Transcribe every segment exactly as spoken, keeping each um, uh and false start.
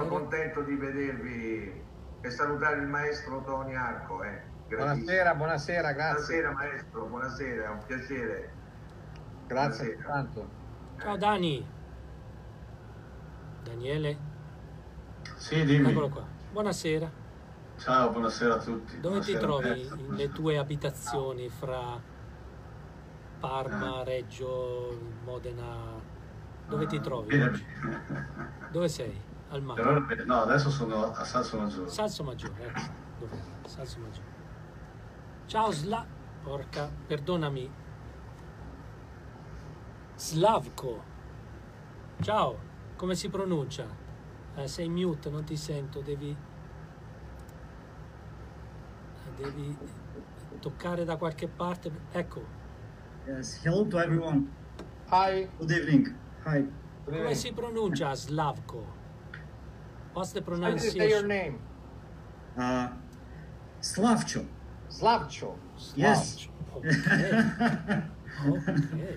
contento di vedervi e salutare il maestro Tony Arco. Eh. Buonasera, buonasera, grazie. Buonasera maestro, buonasera, è un piacere. Grazie tanto. Ciao Dani. Daniele. Sì, dimmi. Eccolo qua. Buonasera. Ciao, buonasera a tutti. Dove buonasera ti trovi nelle tue abitazioni fra Parma, eh. Reggio, Modena? Dove ti trovi? Bene. Dove sei? Al mare? Però, no, adesso sono a Salso Maggiore. Salso Maggiore, ecco. Dov'è? Salso Maggiore. Ciao Sla... Porca, perdonami. Slavko. Ciao, come si pronuncia? Eh, sei mute, non ti sento, devi... Devi toccare da qualche parte. Ecco. Yes, hello to everyone. Hi. Good evening. Hi. Come si pronuncia Slavko? What's the How do you say your pronunciation? name? Uh, Slavcho. Slavcho. Yes. Ok. Ok.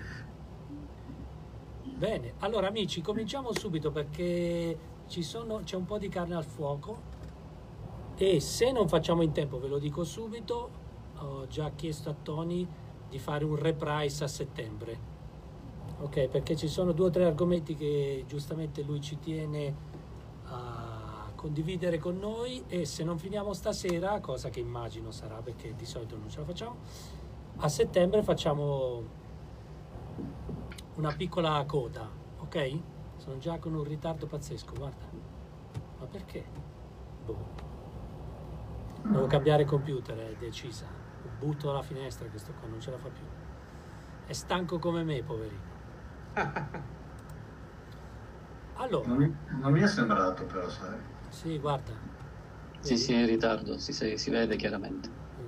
Bene, allora amici, cominciamo subito perché ci sono, c'è un po' di carne al fuoco e se non facciamo in tempo, ve lo dico subito, ho già chiesto a Tony di fare un reprise a settembre, ok? Perché ci sono due o tre argomenti che giustamente lui ci tiene a condividere con noi e se non finiamo stasera, cosa che immagino sarà perché di solito non ce la facciamo, a settembre facciamo una piccola coda, ok? Sono già con un ritardo pazzesco, guarda. Ma perché? Boh. Devo cambiare computer, è decisa. Butto dalla finestra questo qua, non ce la fa più. È stanco come me, poverino. Allora. Non mi, non mi è sembrato però, sai. Sì, guarda. Sì, Vedi? sì, è in ritardo, si, si, si vede chiaramente.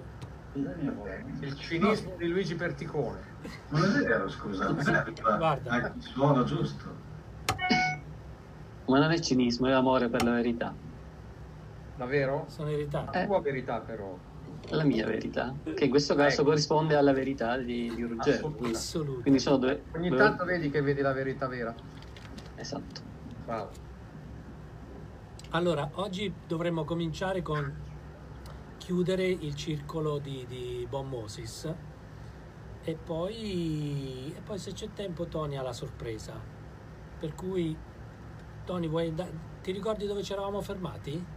Il cinismo di Luigi Perticone. Non è vero, scusa. Guarda. Anche il suono giusto. Ma non è cinismo, è amore per la verità. Davvero? Sono in ritardo. La tua verità però. La mia verità, che in questo caso Ecco. corrisponde alla verità di, di Ruggero. Assoluto. Quindi sono due... Ogni due- tanto vedi che vedi la verità vera. Esatto. Bravo. Allora, oggi dovremmo cominciare con chiudere il circolo di, di Bon Moses e poi, e poi se c'è tempo Tony ha la sorpresa. Per cui, Tony, vuoi da- ti ricordi dove ci eravamo fermati?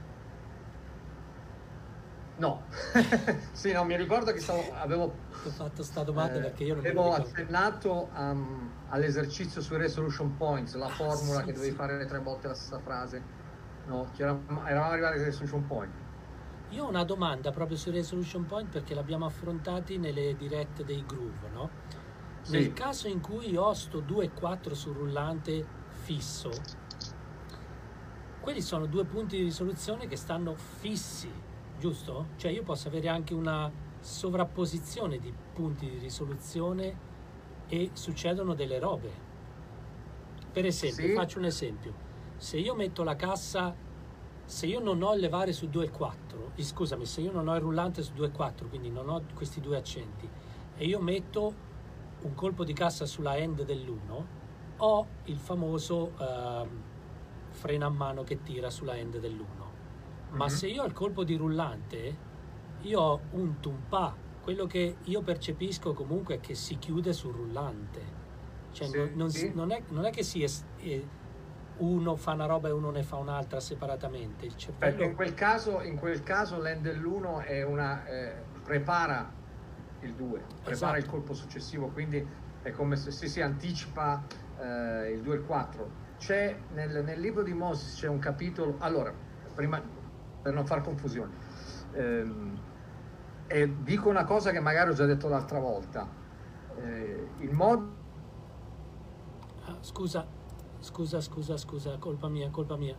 No. Sì, no, mi ricordo che stavo, avevo, Ti ho fatto sta domanda eh, perché io non me lo avevo ricordo. accennato um, all'esercizio sui resolution points, la formula sì, che dovevi sì. fare tre volte la stessa frase. No, c'eravamo, eravamo arrivati ai resolution point. Io ho una domanda proprio su Resolution Point perché l'abbiamo affrontati nelle dirette dei Groove, no? Sì. Nel caso in cui io ho sto due e quattro sul rullante fisso, quelli sono due punti di risoluzione che stanno fissi, giusto? Cioè io posso avere anche una sovrapposizione di punti di risoluzione e succedono delle robe. Per esempio, Sì. faccio un esempio. Se io metto la cassa, se io non ho il levare su due e quattro, eh, scusami, se io non ho il rullante su due e quattro, quindi non ho questi due accenti, e io metto un colpo di cassa sulla end dell'uno, ho il famoso ehm, freno a mano che tira sulla end dell'uno. Ma Mhm. se io ho il colpo di rullante, io ho un tumpà. Quello che io percepisco comunque è che si chiude sul rullante. Cioè Sì, non, non, sì. non è, non è che si es- eh, uno fa una roba e uno ne fa un'altra separatamente. Il Perché cervello... in quel caso, in quel caso l'end dell'uno è una eh, prepara il due, prepara Esatto. il colpo successivo, quindi è come se si, si anticipa eh, il due e il quattro. C'è nel, nel libro di Moses c'è un capitolo, allora, prima per non far confusione, ehm, e dico una cosa che magari ho già detto l'altra volta. Eh, il modo Ah, scusa, scusa, scusa, scusa, colpa mia, colpa mia.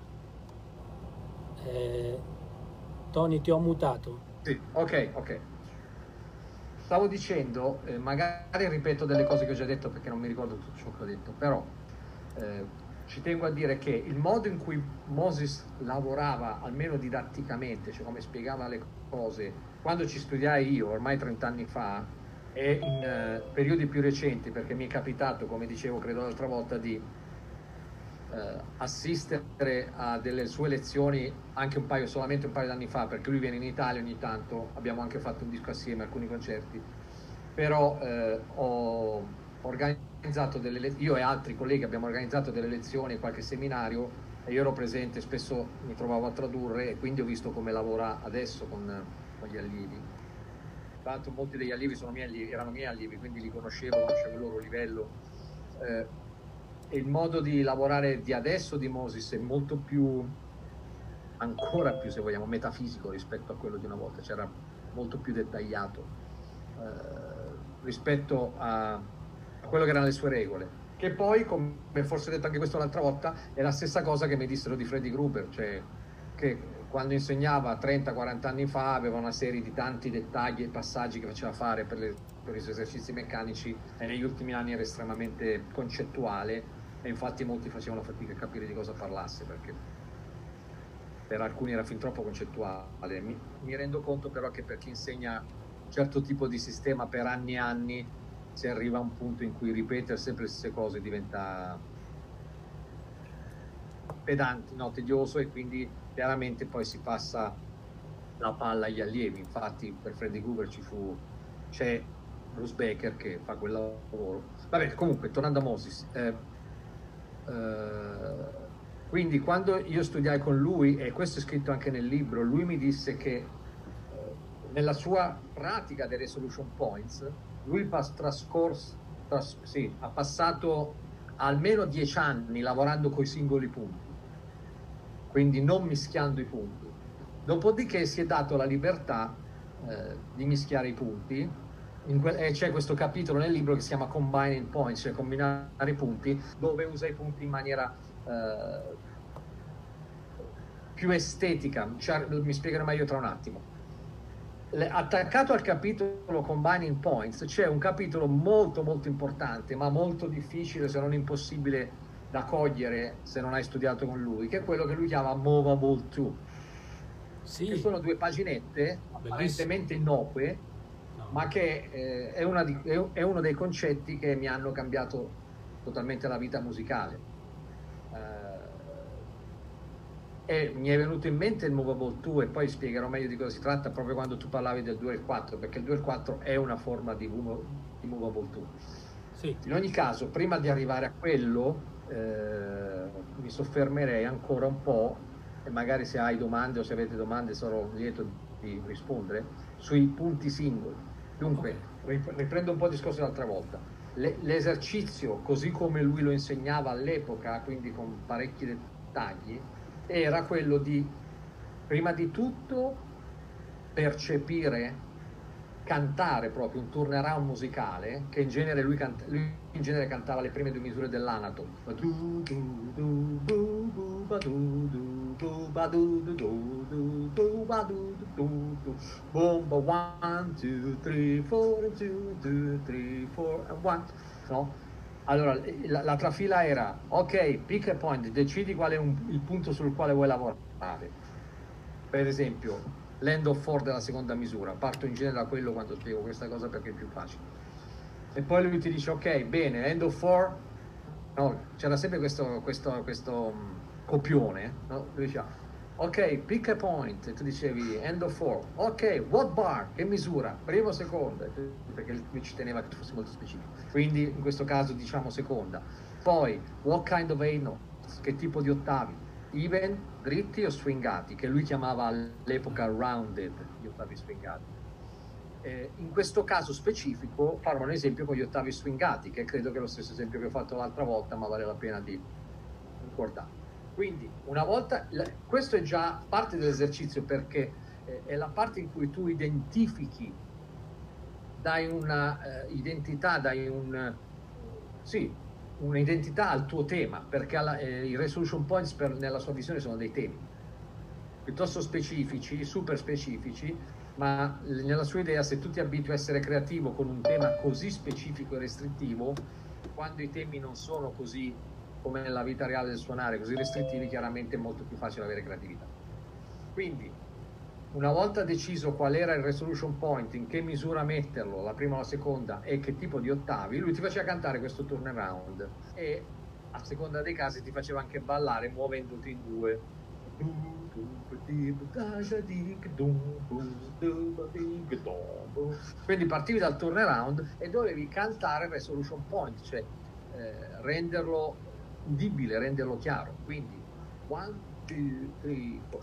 Eh, Tony, ti ho mutato. Sì, ok, ok. Stavo dicendo, eh, magari ripeto delle cose che ho già detto perché non mi ricordo tutto ciò che ho detto, però eh, ci tengo a dire che il modo in cui Moses lavorava, almeno didatticamente, cioè come spiegava le cose, quando ci studiai io, ormai trenta anni fa, e in eh, periodi più recenti, perché mi è capitato, come dicevo credo l'altra volta, di eh, assistere a delle sue lezioni anche un paio, solamente un paio d'anni fa, perché lui viene in Italia ogni tanto, abbiamo anche fatto un disco assieme, alcuni concerti, però eh, ho organizzato delle le- io e altri colleghi abbiamo organizzato delle lezioni e qualche seminario e io ero presente, spesso mi trovavo a tradurre e quindi ho visto come lavora adesso con, con gli allievi. Tra l'altro molti degli allievi sono miei allievi, erano miei allievi, quindi li conoscevo, conoscevo il loro livello. Eh, e il modo di lavorare di adesso di Moses è molto più, ancora più se vogliamo, metafisico rispetto a quello di una volta, c'era molto più dettagliato eh, rispetto a, a quello che erano le sue regole. Che poi, come forse ho detto anche questo l'altra volta, è la stessa cosa che mi dissero di Freddie Gruber, cioè che quando insegnava trenta quaranta anni fa aveva una serie di tanti dettagli e passaggi che faceva fare per, le, per i suoi esercizi meccanici e negli ultimi anni era estremamente concettuale e infatti molti facevano fatica a capire di cosa parlasse perché per alcuni era fin troppo concettuale. Mi, mi rendo conto però che per chi insegna un certo tipo di sistema per anni e anni si arriva a un punto in cui ripetere sempre le stesse cose diventa pedante, no, tedioso e quindi chiaramente poi si passa la palla agli allievi. Infatti per Freddie Gruber ci fu c'è Bruce Baker che fa quel lavoro. Vabbè, comunque tornando a Moses, eh, eh, quindi quando io studiai con lui, e questo è scritto anche nel libro, lui mi disse che eh, nella sua pratica dei resolution points lui pas- trascorso, tras- sì, ha passato almeno dieci anni lavorando coi singoli punti, quindi non mischiando i punti. Dopodiché si è dato la libertà eh, di mischiare i punti. In que- e c'è questo capitolo nel libro che si chiama Combining Points, cioè combinare i punti, dove usa i punti in maniera eh, più estetica. Cioè, mi spiegherò meglio tra un attimo. Attaccato al capitolo Combining Points c'è un capitolo molto molto importante ma molto difficile se non impossibile da cogliere se non hai studiato con lui, che è quello che lui chiama Movable due, Sì. che sono due paginette apparentemente innocue No. ma che eh, è, una di, è, è uno dei concetti che mi hanno cambiato totalmente la vita musicale. E mi è venuto in mente il Movable due e poi spiegherò meglio di cosa si tratta proprio quando tu parlavi del due e il quattro, perché il due e il quattro è una forma di, move, di Movable due. Sì. In ogni caso, prima di arrivare a quello eh, mi soffermerei ancora un po' e magari se hai domande o se avete domande sarò lieto di rispondere sui punti singoli. Dunque, riprendo un po' il discorso dell'altra volta. Le, l'esercizio, così come lui lo insegnava all'epoca, quindi con parecchi dettagli, era quello di, prima di tutto, percepire, cantare proprio un turnaround musicale, che in genere lui, canta, lui in genere cantava le prime due misure dell'anato. Bomba one, two, three, four, two, two, three, four, and one. No? Allora, la, la trafila era, ok, pick a point, decidi qual è un, il punto sul quale vuoi lavorare. Per esempio, l'end of four della seconda misura, parto in genere da quello quando spiego questa cosa perché è più facile. E poi lui ti dice, ok, bene, end of four, no, c'era sempre questo, questo, questo um, copione, no? Lui diceva, ok, pick a point, e tu dicevi end of four, ok, what bar, che misura, primo, seconda, perché lui ci teneva che fosse molto specifico, quindi in questo caso diciamo seconda. Poi, what kind of A notes, che tipo di ottavi, even, dritti o swingati, che lui chiamava all'epoca rounded, gli ottavi swingati. Eh, in questo caso specifico farò un esempio con gli ottavi swingati, che credo che è lo stesso esempio che ho fatto l'altra volta, ma vale la pena di ricordare. Quindi, una volta, questo è già parte dell'esercizio perché eh, è la parte in cui tu identifichi, dai una eh, identità, dai un, sì, un'identità al tuo tema, perché alla, eh, i resolution points per, nella sua visione sono dei temi piuttosto specifici, super specifici, ma nella sua idea se tu ti abitui a essere creativo con un tema così specifico e restrittivo, quando i temi non sono così come nella vita reale del suonare, così restrittivi, chiaramente è molto più facile avere creatività. Quindi, una volta deciso qual era il resolution point, in che misura metterlo, la prima o la seconda, e che tipo di ottavi, lui ti faceva cantare questo turnaround. E a seconda dei casi ti faceva anche ballare muovendoti in due. Quindi partivi dal turnaround e dovevi cantare il resolution point, cioè eh, renderlo udibile, renderlo chiaro. Quindi one, two, three, four.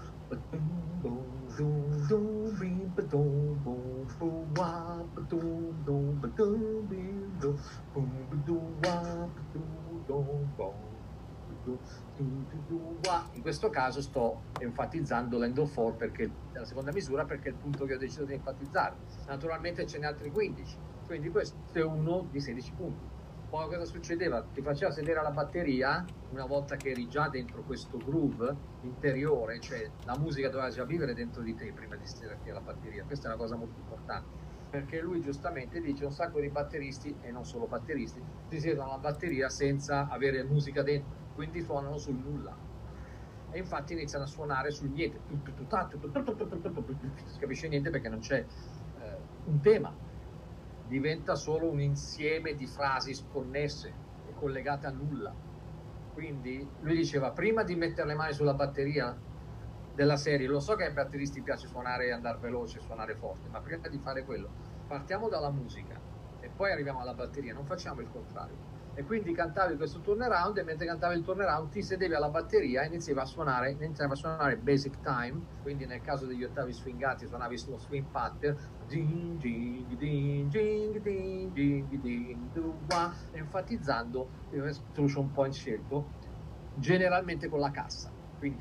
In questo caso sto enfatizzando l'end of four perché è la seconda misura, perché è il punto che ho deciso di enfatizzare. Naturalmente ce n'è altri quindici, quindi questo è uno di sedici punti. Poi cosa succedeva? Ti faceva sedere alla batteria una volta che eri già dentro questo groove interiore, cioè la musica doveva già vivere dentro di te prima di sederti alla batteria. Questa è una cosa molto importante, perché lui giustamente dice un sacco di batteristi, e non solo batteristi, si siedono alla batteria senza avere musica dentro, quindi suonano sul nulla. E infatti iniziano a suonare sul niente, non si capisce niente perché non c'è eh, un tema. Diventa solo un insieme di frasi sconnesse e collegate a nulla. Quindi lui diceva, prima di mettere le mani sulla batteria della serie, lo so che ai batteristi piace suonare, andare veloce, suonare forte, ma prima di fare quello partiamo dalla musica e poi arriviamo alla batteria, non facciamo il contrario. E quindi cantavi questo turnaround e mentre cantavi il turnaround ti sedevi alla batteria e iniziavi a suonare, iniziavi a suonare basic time, quindi nel caso degli ottavi swingati suonavi lo swing pattern, ding, ding, ding, ding, ding, ding, ding, ding, enfatizzando il resolution point scelto generalmente con la cassa. Quindi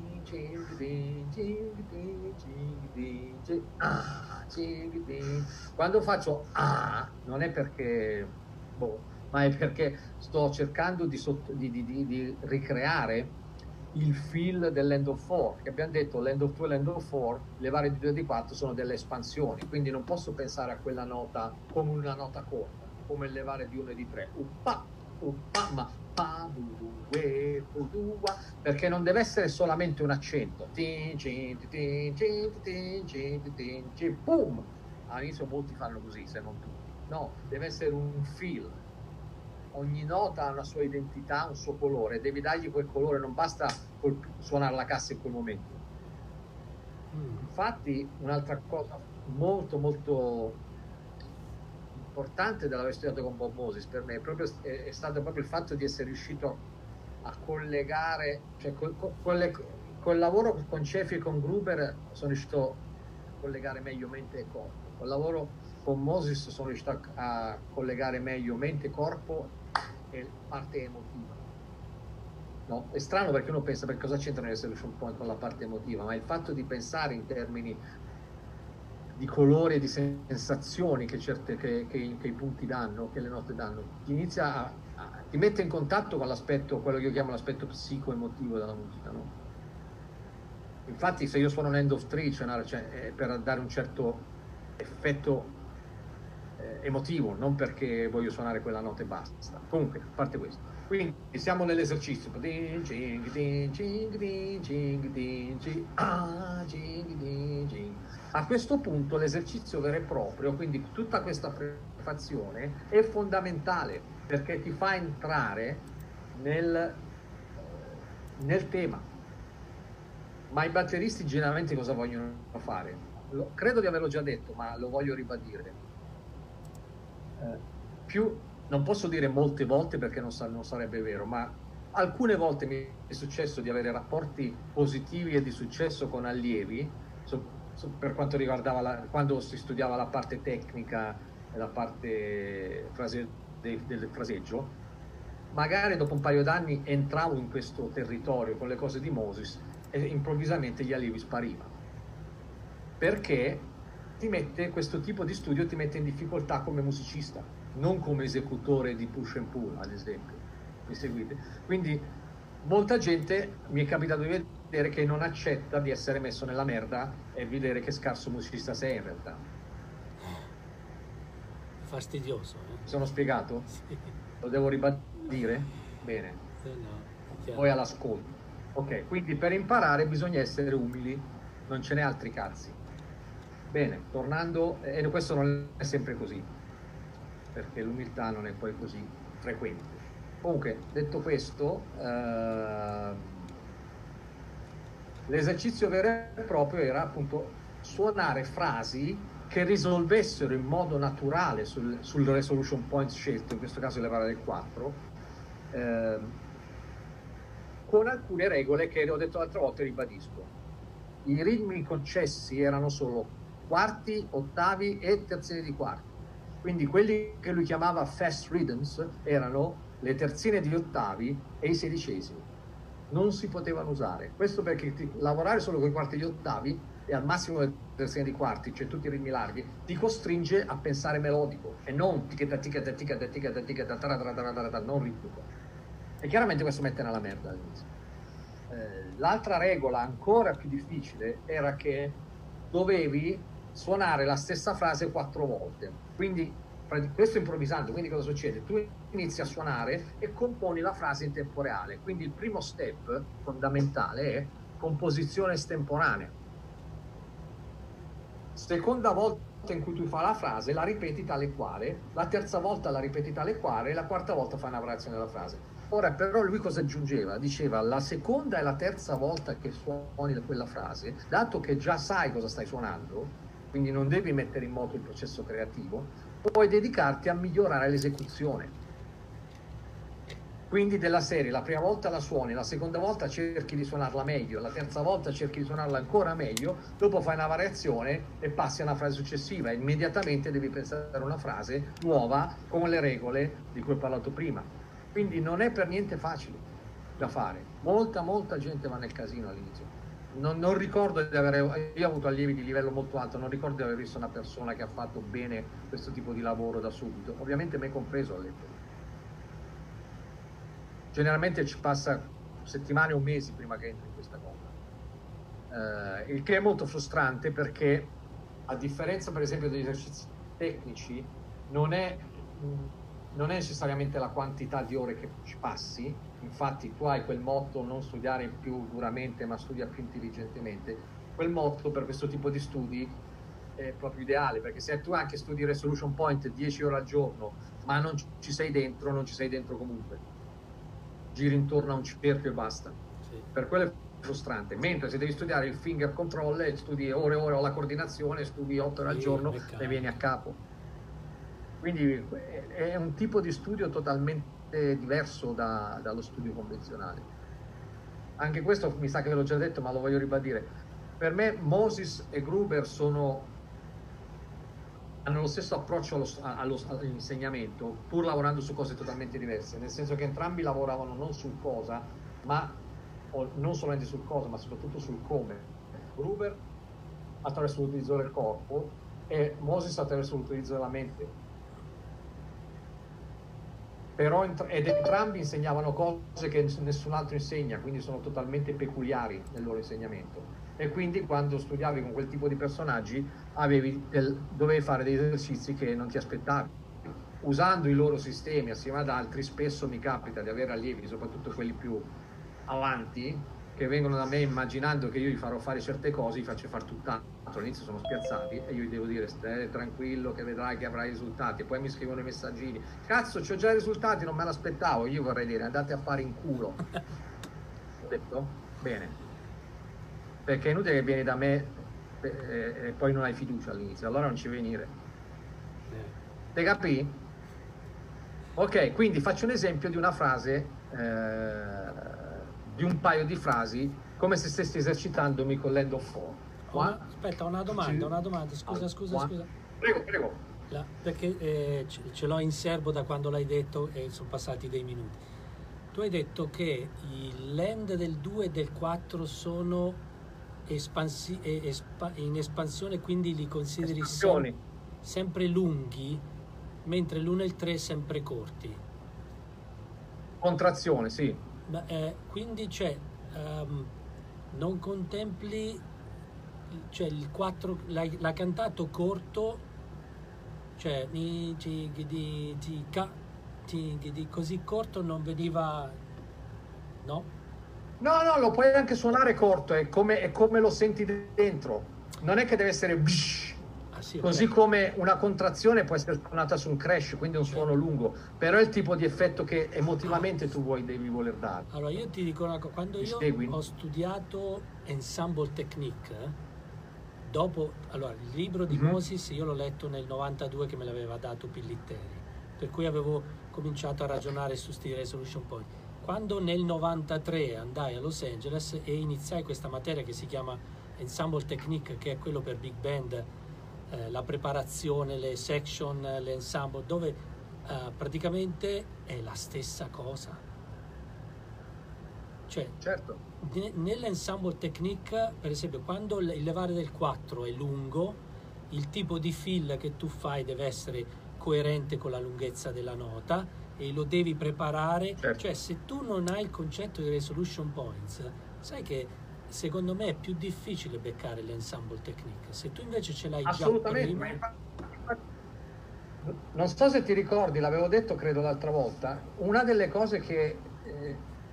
quando faccio ah, non è perché boh, ma è perché sto cercando di, sotto, di, di, di, di ricreare il feel dell'end of four, che abbiamo detto l'end of two e l'end of four, le varie di due e di quattro sono delle espansioni, quindi non posso pensare a quella nota come una nota corta, come le varie di uno e di tre, uppa, uppa, ma pa, bu, bu, we, bu, bu, wa, perché non deve essere solamente un accento, tin, cin, tin, cin, tin, cin, tin, cin, boom, all'inizio molti fanno così, se non tutti, no, deve essere un feel. Ogni nota ha una sua identità, un suo colore, devi dargli quel colore, non basta col, suonare la cassa in quel momento. Mm. Infatti un'altra cosa molto molto importante dell'aver studiato con Bob Moses per me è, proprio, è, è stato proprio il fatto di essere riuscito a collegare, cioè col, col, col lavoro con Cefi e con Gruber sono riuscito a collegare meglio mente e corpo. Col lavoro con Moses sono riuscito a, a collegare meglio mente, corpo e parte emotiva. No? È strano perché uno pensa per cosa c'entra il resolution point con la parte emotiva, ma il fatto di pensare in termini di colori e di sensazioni che, certe, che, che, che i punti danno, che le note danno, ti inizia a, a ti mette in contatto con l'aspetto, quello che io chiamo l'aspetto psico-emotivo della musica, no? Infatti se io suono un end of three, cioè, cioè, per dare un certo effetto emotivo, non perché voglio suonare quella nota e basta. Comunque, a parte questo, quindi siamo nell'esercizio. A questo punto l'esercizio vero e proprio, quindi tutta questa prefazione è fondamentale perché ti fa entrare nel, nel tema. Ma i batteristi generalmente cosa vogliono fare? Lo, credo di averlo già detto, ma lo voglio ribadire. Eh, più, non posso dire molte volte perché non, sa, non sarebbe vero, ma alcune volte mi è successo di avere rapporti positivi e di successo con allievi, so, so, per quanto riguardava la, quando si studiava la parte tecnica e la parte frase, de, del fraseggio. Magari dopo un paio d'anni entravo in questo territorio con le cose di Moses e improvvisamente gli allievi sparivano, perché ti mette, questo tipo di studio ti mette in difficoltà come musicista, non come esecutore di push and pull, ad esempio. Mi seguite? Quindi molta gente mi è capitato di vedere che non accetta di essere messo nella merda e vedere che scarso musicista sei in realtà. Fastidioso. Eh? Mi sono spiegato? Sì. Lo devo ribadire? Bene. Eh no, poi all'ascolto. Ok, quindi per imparare bisogna essere umili, non ce n'è altri cazzi. Bene, tornando, e questo non è sempre così, perché l'umiltà non è poi così frequente. Comunque, detto questo, eh, l'esercizio vero e proprio era appunto suonare frasi che risolvessero in modo naturale sul, sul resolution point scelto, in questo caso le parole del quattro, eh, con alcune regole che ho detto l'altra volta e ribadisco. I ritmi concessi erano solo quarti, ottavi e terzine di quarti. Quindi quelli che lui chiamava fast rhythms erano le terzine di ottavi e i sedicesimi. Non si potevano usare. Questo perché ti, lavorare solo con i quarti di ottavi e al massimo le terzine di quarti, cioè tutti i ritmi larghi, ti costringe a pensare melodico e non tica tica tica tica tica non ritmico. E chiaramente questo mette nella merda all'inizio. Eh, l'altra regola ancora più difficile era che dovevi suonare la stessa frase quattro volte. Quindi questo improvvisando, quindi cosa succede? Tu inizi a suonare e componi la frase in tempo reale. Quindi il primo step fondamentale è composizione estemporanea. Seconda volta in cui tu fai la frase la ripeti tale quale, la terza volta la ripeti tale quale e la quarta volta fai una variazione della frase. Ora però lui cosa aggiungeva? Diceva la seconda e la terza volta che suoni quella frase, dato che già sai cosa stai suonando, quindi non devi mettere in moto il processo creativo, puoi dedicarti a migliorare l'esecuzione. Quindi della serie, la prima volta la suoni, la seconda volta cerchi di suonarla meglio, la terza volta cerchi di suonarla ancora meglio, dopo fai una variazione e passi a una frase successiva e immediatamente devi pensare a una frase nuova con le regole di cui ho parlato prima. Quindi non è per niente facile da fare. Molta, molta gente va nel casino all'inizio. Non, non ricordo di avere, io ho avuto allievi di livello molto alto, non ricordo di aver visto una persona che ha fatto bene questo tipo di lavoro da subito, ovviamente me compreso all'epoca. Generalmente ci passa settimane o mesi prima che entri in questa cosa, eh, il che è molto frustrante perché a differenza per esempio degli esercizi tecnici non è, non è necessariamente la quantità di ore che ci passi. Infatti tu hai quel motto non studiare più duramente ma studia più intelligentemente. Quel motto per questo tipo di studi è proprio ideale, perché se tu anche studi resolution point dieci ore al giorno ma non ci sei dentro, non ci sei dentro comunque, giri intorno a un cerchio e basta. Sì. Per quello è frustrante, mentre se devi studiare il finger control e studi ore e ore o la coordinazione, studi otto ore al giorno e vieni a capo. Quindi è un tipo di studio totalmente diverso da, dallo studio convenzionale. Anche questo mi sa che ve l'ho già detto, ma lo voglio ribadire. Per me Moses e Gruber sono, hanno lo stesso approccio allo, allo, all'insegnamento, pur lavorando su cose totalmente diverse, nel senso che entrambi lavoravano non sul cosa, ma o non solamente sul cosa, ma soprattutto sul come. Gruber attraverso l'utilizzo del corpo e Moses attraverso l'utilizzo della mente. Però ed entrambi insegnavano cose che nessun altro insegna, quindi sono totalmente peculiari nel loro insegnamento. E quindi quando studiavi con quel tipo di personaggi avevi del, dovevi fare dei esercizi che non ti aspettavi. Usando i loro sistemi assieme ad altri, spesso mi capita di avere allievi, soprattutto quelli più avanti, che vengono da me immaginando che io gli farò fare certe cose, gli faccio fare tutt'altro. All'inizio sono spiazzati e io gli devo dire stai tranquillo che vedrai che avrai i risultati, e poi mi scrivono i messaggini, cazzo c'ho già i risultati, non me l'aspettavo. Io vorrei dire andate a fare in culo. Ho detto bene, perché è inutile che vieni da me e, e poi non hai fiducia all'inizio, allora non ci venire. Te capì? Ok, quindi faccio un esempio di una frase, eh, di un paio di frasi, come se stessi esercitandomi con l'end of four. Una, aspetta, una domanda, una domanda, scusa, scusa, scusa. Prego, prego. La, perché eh, ce, ce l'ho in serbo da quando l'hai detto e sono passati dei minuti. Tu hai detto che i land del due e del quattro sono espansi, espa, in espansione, quindi li consideri sem, sempre lunghi, mentre l'uno e il tre sempre corti. Contrazione, sì. Ma, eh, quindi cioè, um, non contempli, cioè il quattro l'hai, l'ha cantato corto, cioè di, di, di, di, di, di così corto non veniva, no? No, no, lo puoi anche suonare corto, è come, è come lo senti dentro, non è che deve essere bsh, sì, Così ok. come una contrazione può essere suonata su un crash, quindi un suono lungo, però è il tipo di effetto che emotivamente tu vuoi, devi voler dare. Allora io ti dico una cosa, quando Mi io segui? ho studiato Ensemble Technique, eh, dopo, allora il libro di Mhm. Moses io l'ho letto nel novantadue che me l'aveva dato Pillitteri, per cui avevo cominciato a ragionare su sti resolution point. Quando nel novantatré andai a Los Angeles e iniziai questa materia che si chiama Ensemble Technique, che è quello per big band, eh, la preparazione, le section, le ensemble, dove eh, praticamente è la stessa cosa. Cioè, Certo. ne- nell'ensemble technique, per esempio, quando il il levare del quattro è lungo, il tipo di fill che tu fai deve essere coerente con la lunghezza della nota e lo devi preparare. Certo. Cioè, se tu non hai il concetto di resolution points, sai che secondo me è più difficile beccare l'ensemble technique. Se tu invece ce l'hai già Assolutamente, ma prima, infatti- infatti- non so se ti ricordi, l'avevo detto credo l'altra volta, una delle cose che, eh,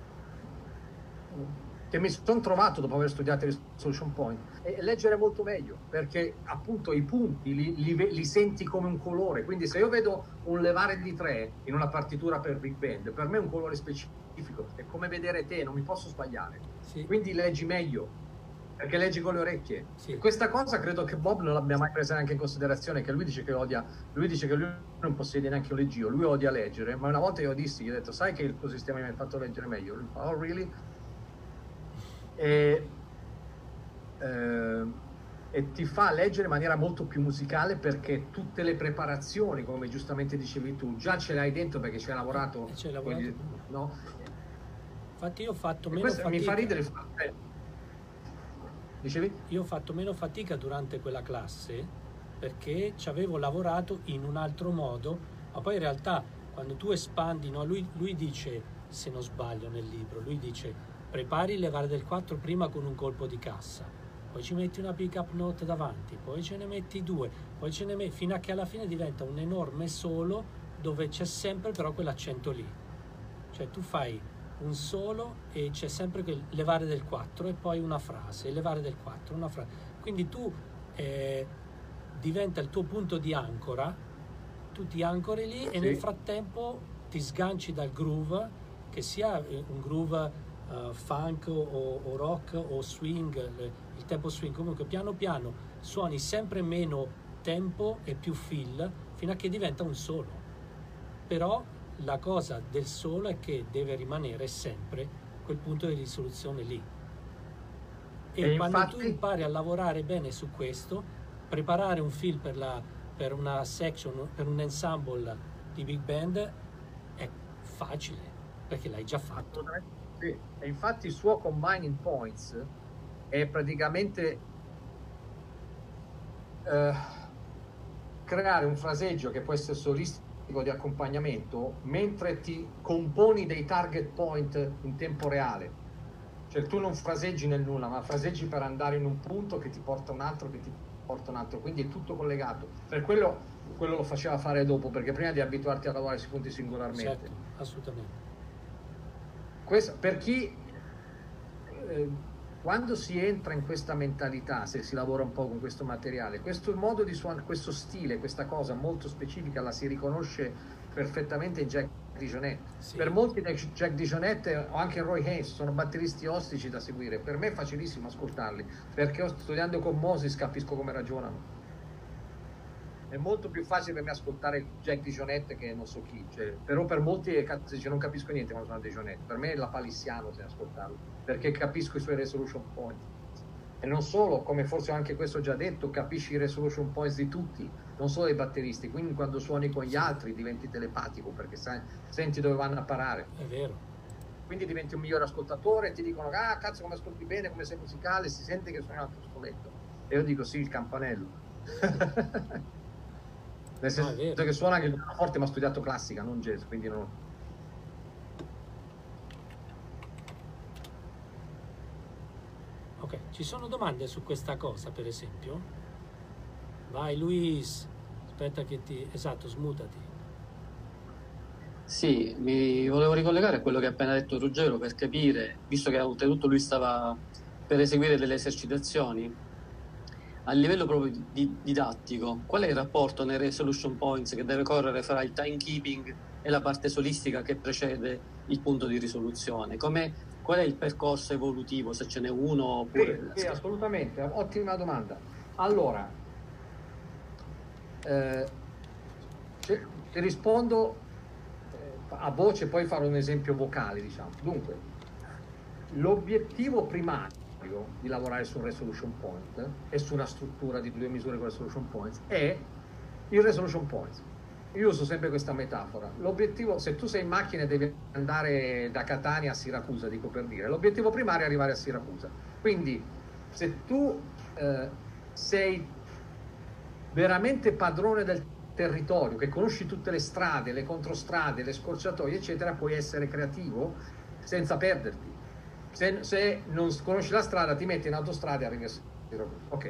che mi sono trovato dopo aver studiato i resolution point è leggere molto meglio, perché appunto i punti li, li ve- li senti come un colore, quindi se io vedo un levare di tre in una partitura per big band, per me è un colore specifico, è come vedere te, non mi posso sbagliare, sì, quindi leggi meglio. Perché leggi con le orecchie. Sì. E questa cosa credo che Bob non l'abbia mai presa neanche in considerazione, che lui dice che odia, lui dice che lui non possiede neanche un leggio, lui odia leggere, ma una volta io dissi, gli ho detto, sai che il tuo sistema mi ha fatto leggere meglio? Lui fa, oh really? E, eh, e ti fa leggere in maniera molto più musicale perché tutte le preparazioni, come giustamente dicevi tu, già ce l'hai dentro perché ci hai lavorato. E ci hai lavorato. quindi, no? infatti io ho fatto E meno questo mi fatica. fa ridere il fatto. eh, Dicevi? Io ho fatto meno fatica durante quella classe perché ci avevo lavorato in un altro modo, ma poi in realtà quando tu espandi, no, lui, lui dice, se non sbaglio nel libro, lui dice prepari il levare del quattro prima con un colpo di cassa, poi ci metti una pick up note davanti, poi ce ne metti due, poi ce ne metti, fino a che alla fine diventa un enorme solo dove c'è sempre però quell'accento lì. Cioè tu fai un solo e c'è sempre quel levare del quattro e poi una frase, levare del quattro, una frase. Quindi tu eh, diventa il tuo punto di ancora, tu ti ancori lì e Sì. nel frattempo ti sganci dal groove, che sia un groove eh, funk o, o rock o swing, le- il tempo swing, comunque piano piano suoni sempre meno tempo e più fill fino a che diventa un solo. Però la cosa del solo è che deve rimanere sempre quel punto di risoluzione lì. E, E quando infatti- tu impari a lavorare bene su questo, preparare un fill per, la, per una section, per un ensemble di big band è facile, perché l'hai già fatto. Assolutamente sì. E infatti il suo combining points è praticamente eh, creare un fraseggio che può essere solistico di accompagnamento mentre ti componi dei target point in tempo reale. Cioè tu non fraseggi nel nulla, ma fraseggi per andare in un punto che ti porta un altro, che ti porta un altro, quindi è tutto collegato. Per quello, quello lo faceva fare dopo, perché prima di abituarti a lavorare sui punti singolarmente. Certo, assolutamente. Questo, per chi eh, quando si entra in questa mentalità, se si lavora un po' con questo materiale, questo modo di suonare, questo stile, questa cosa molto specifica la si riconosce perfettamente in Jack DeJohnette. Sì. Per molti Jack DeJohnette o anche Roy Haynes sono batteristi ostici da seguire. Per me è facilissimo ascoltarli, perché io studiando con Moses capisco come ragionano. È molto più facile per me ascoltare Jack DeJohnette che non so chi, cioè, però per molti cazzo dice non capisco niente quando sono DeJohnette, per me è la palissiano se ascoltarlo, perché capisco i suoi resolution point. E non solo, come forse anche questo ho già detto, capisci i resolution points di tutti, non solo dei batteristi, quindi quando suoni con gli altri diventi telepatico perché sai, senti dove vanno a parare, È vero. quindi diventi un migliore ascoltatore, ti dicono ah cazzo come ascolti bene, come sei musicale, si sente che suoni un altro strumento, e io dico sì, il campanello. Nel No, è senso vero. che suona anche il pianoforte, ma ha studiato classica, non jazz, quindi non. Ok, ci sono domande su questa cosa, per esempio? Vai Luis, aspetta che ti... Esatto, smutati. Sì, mi volevo ricollegare a quello che ha appena detto Ruggero per capire, visto che oltretutto lui stava per eseguire delle esercitazioni, a livello proprio di, di- didattico, qual è il rapporto nei resolution points che deve correre fra il timekeeping e la parte solistica che precede il punto di risoluzione? Come, qual è il percorso evolutivo, se ce n'è uno oppure... Sì, sì, assolutamente, ottima domanda. Allora, eh, se- ti rispondo eh, a voce, poi farò un esempio vocale, diciamo. Dunque, l'obiettivo primario di lavorare su un resolution point e su una struttura di due misure con resolution points è il resolution points. Io uso sempre questa metafora. L'obiettivo, se tu sei in macchina e devi andare da Catania a Siracusa, dico per dire, l'obiettivo primario è arrivare a Siracusa. Quindi, se tu eh, sei veramente padrone del territorio, che conosci tutte le strade, le controstrade, le scorciatoie, eccetera, puoi essere creativo senza perderti. Se, se non conosci la strada, ti metti in autostrada e arrivi a Siracusa. Ok.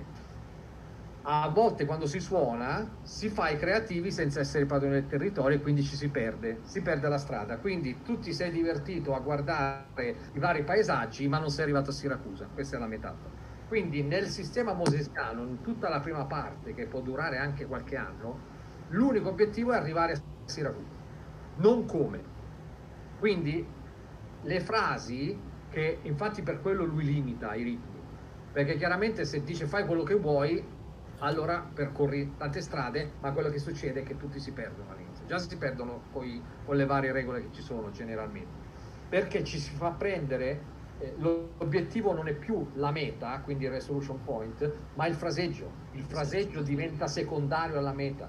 A volte quando si suona si fa i creativi senza essere padroni del territorio e quindi ci si perde, si perde la strada. Quindi tu ti sei divertito a guardare i vari paesaggi, ma non sei arrivato a Siracusa. Questa è la metafora. Quindi nel sistema mosesiano, in tutta la prima parte, che può durare anche qualche anno, l'unico obiettivo è arrivare a Siracusa, non come. Quindi le frasi, che infatti per quello lui limita i ritmi, perché chiaramente se dice fai quello che vuoi, allora percorri tante strade, ma quello che succede è che tutti si perdono all'inizio. Già si perdono poi con le varie regole che ci sono generalmente, perché ci si fa prendere, eh, l'obiettivo non è più la meta, quindi il resolution point, ma il fraseggio. Il fraseggio diventa secondario alla meta.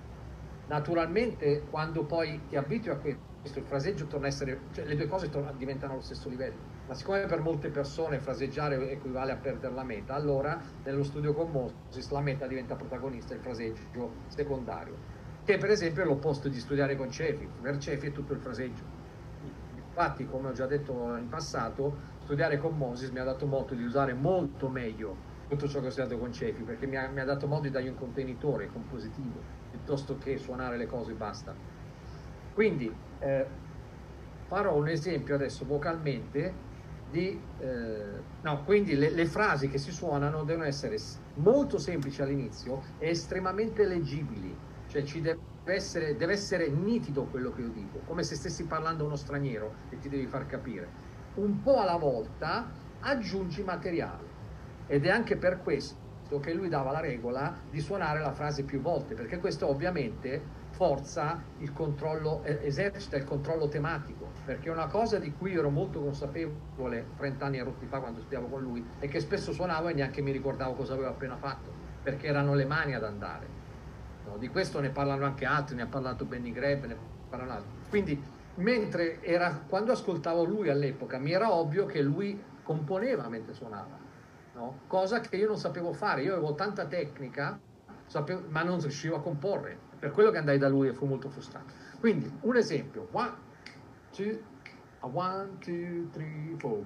Naturalmente quando poi ti abitui a questo, il fraseggio torna a essere, cioè le due cose tornano, diventano allo stesso livello. Ma siccome per molte persone fraseggiare equivale a perdere la meta, allora nello studio con Moses la meta diventa protagonista, il fraseggio secondario, che per esempio è l'opposto di studiare con Cefi. Per Cefi è tutto il fraseggio. Infatti, come ho già detto in passato, studiare con Moses mi ha dato modo di usare molto meglio tutto ciò che ho studiato con Cefi, perché mi ha, mi ha dato modo di dargli un contenitore compositivo piuttosto che suonare le cose e basta. Quindi eh, farò un esempio adesso vocalmente di eh, no, quindi le, le frasi che si suonano devono essere molto semplici all'inizio e estremamente leggibili, cioè ci deve essere, deve essere nitido quello che io dico, come se stessi parlando a uno straniero e ti devi far capire. Un po' alla volta aggiungi materiale, ed è anche per questo che lui dava la regola di suonare la frase più volte, perché questo ovviamente forza il controllo, esercita il controllo tematico, perché una cosa di cui ero molto consapevole trenta anni e rotti fa quando studiavo con lui è che spesso suonavo e neanche mi ricordavo cosa avevo appena fatto, perché erano le mani ad andare, no? Di questo ne parlano anche altri, ne ha parlato Benny Greb, ne parlano altri. Quindi mentre era, quando ascoltavo lui all'epoca mi era ovvio che lui componeva mentre suonava, no? Cosa che io non sapevo fare. Io avevo tanta tecnica, sapevo, ma non riuscivo a comporre, per quello che andai da lui e fu molto frustrante. Quindi un esempio: one, two, a one, two, three, four,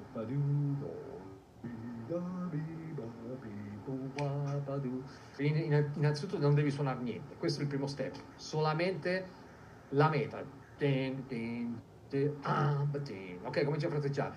innanzitutto non devi suonare niente, questo è il primo step, solamente la meta. Ok, comincia a fraseggiare.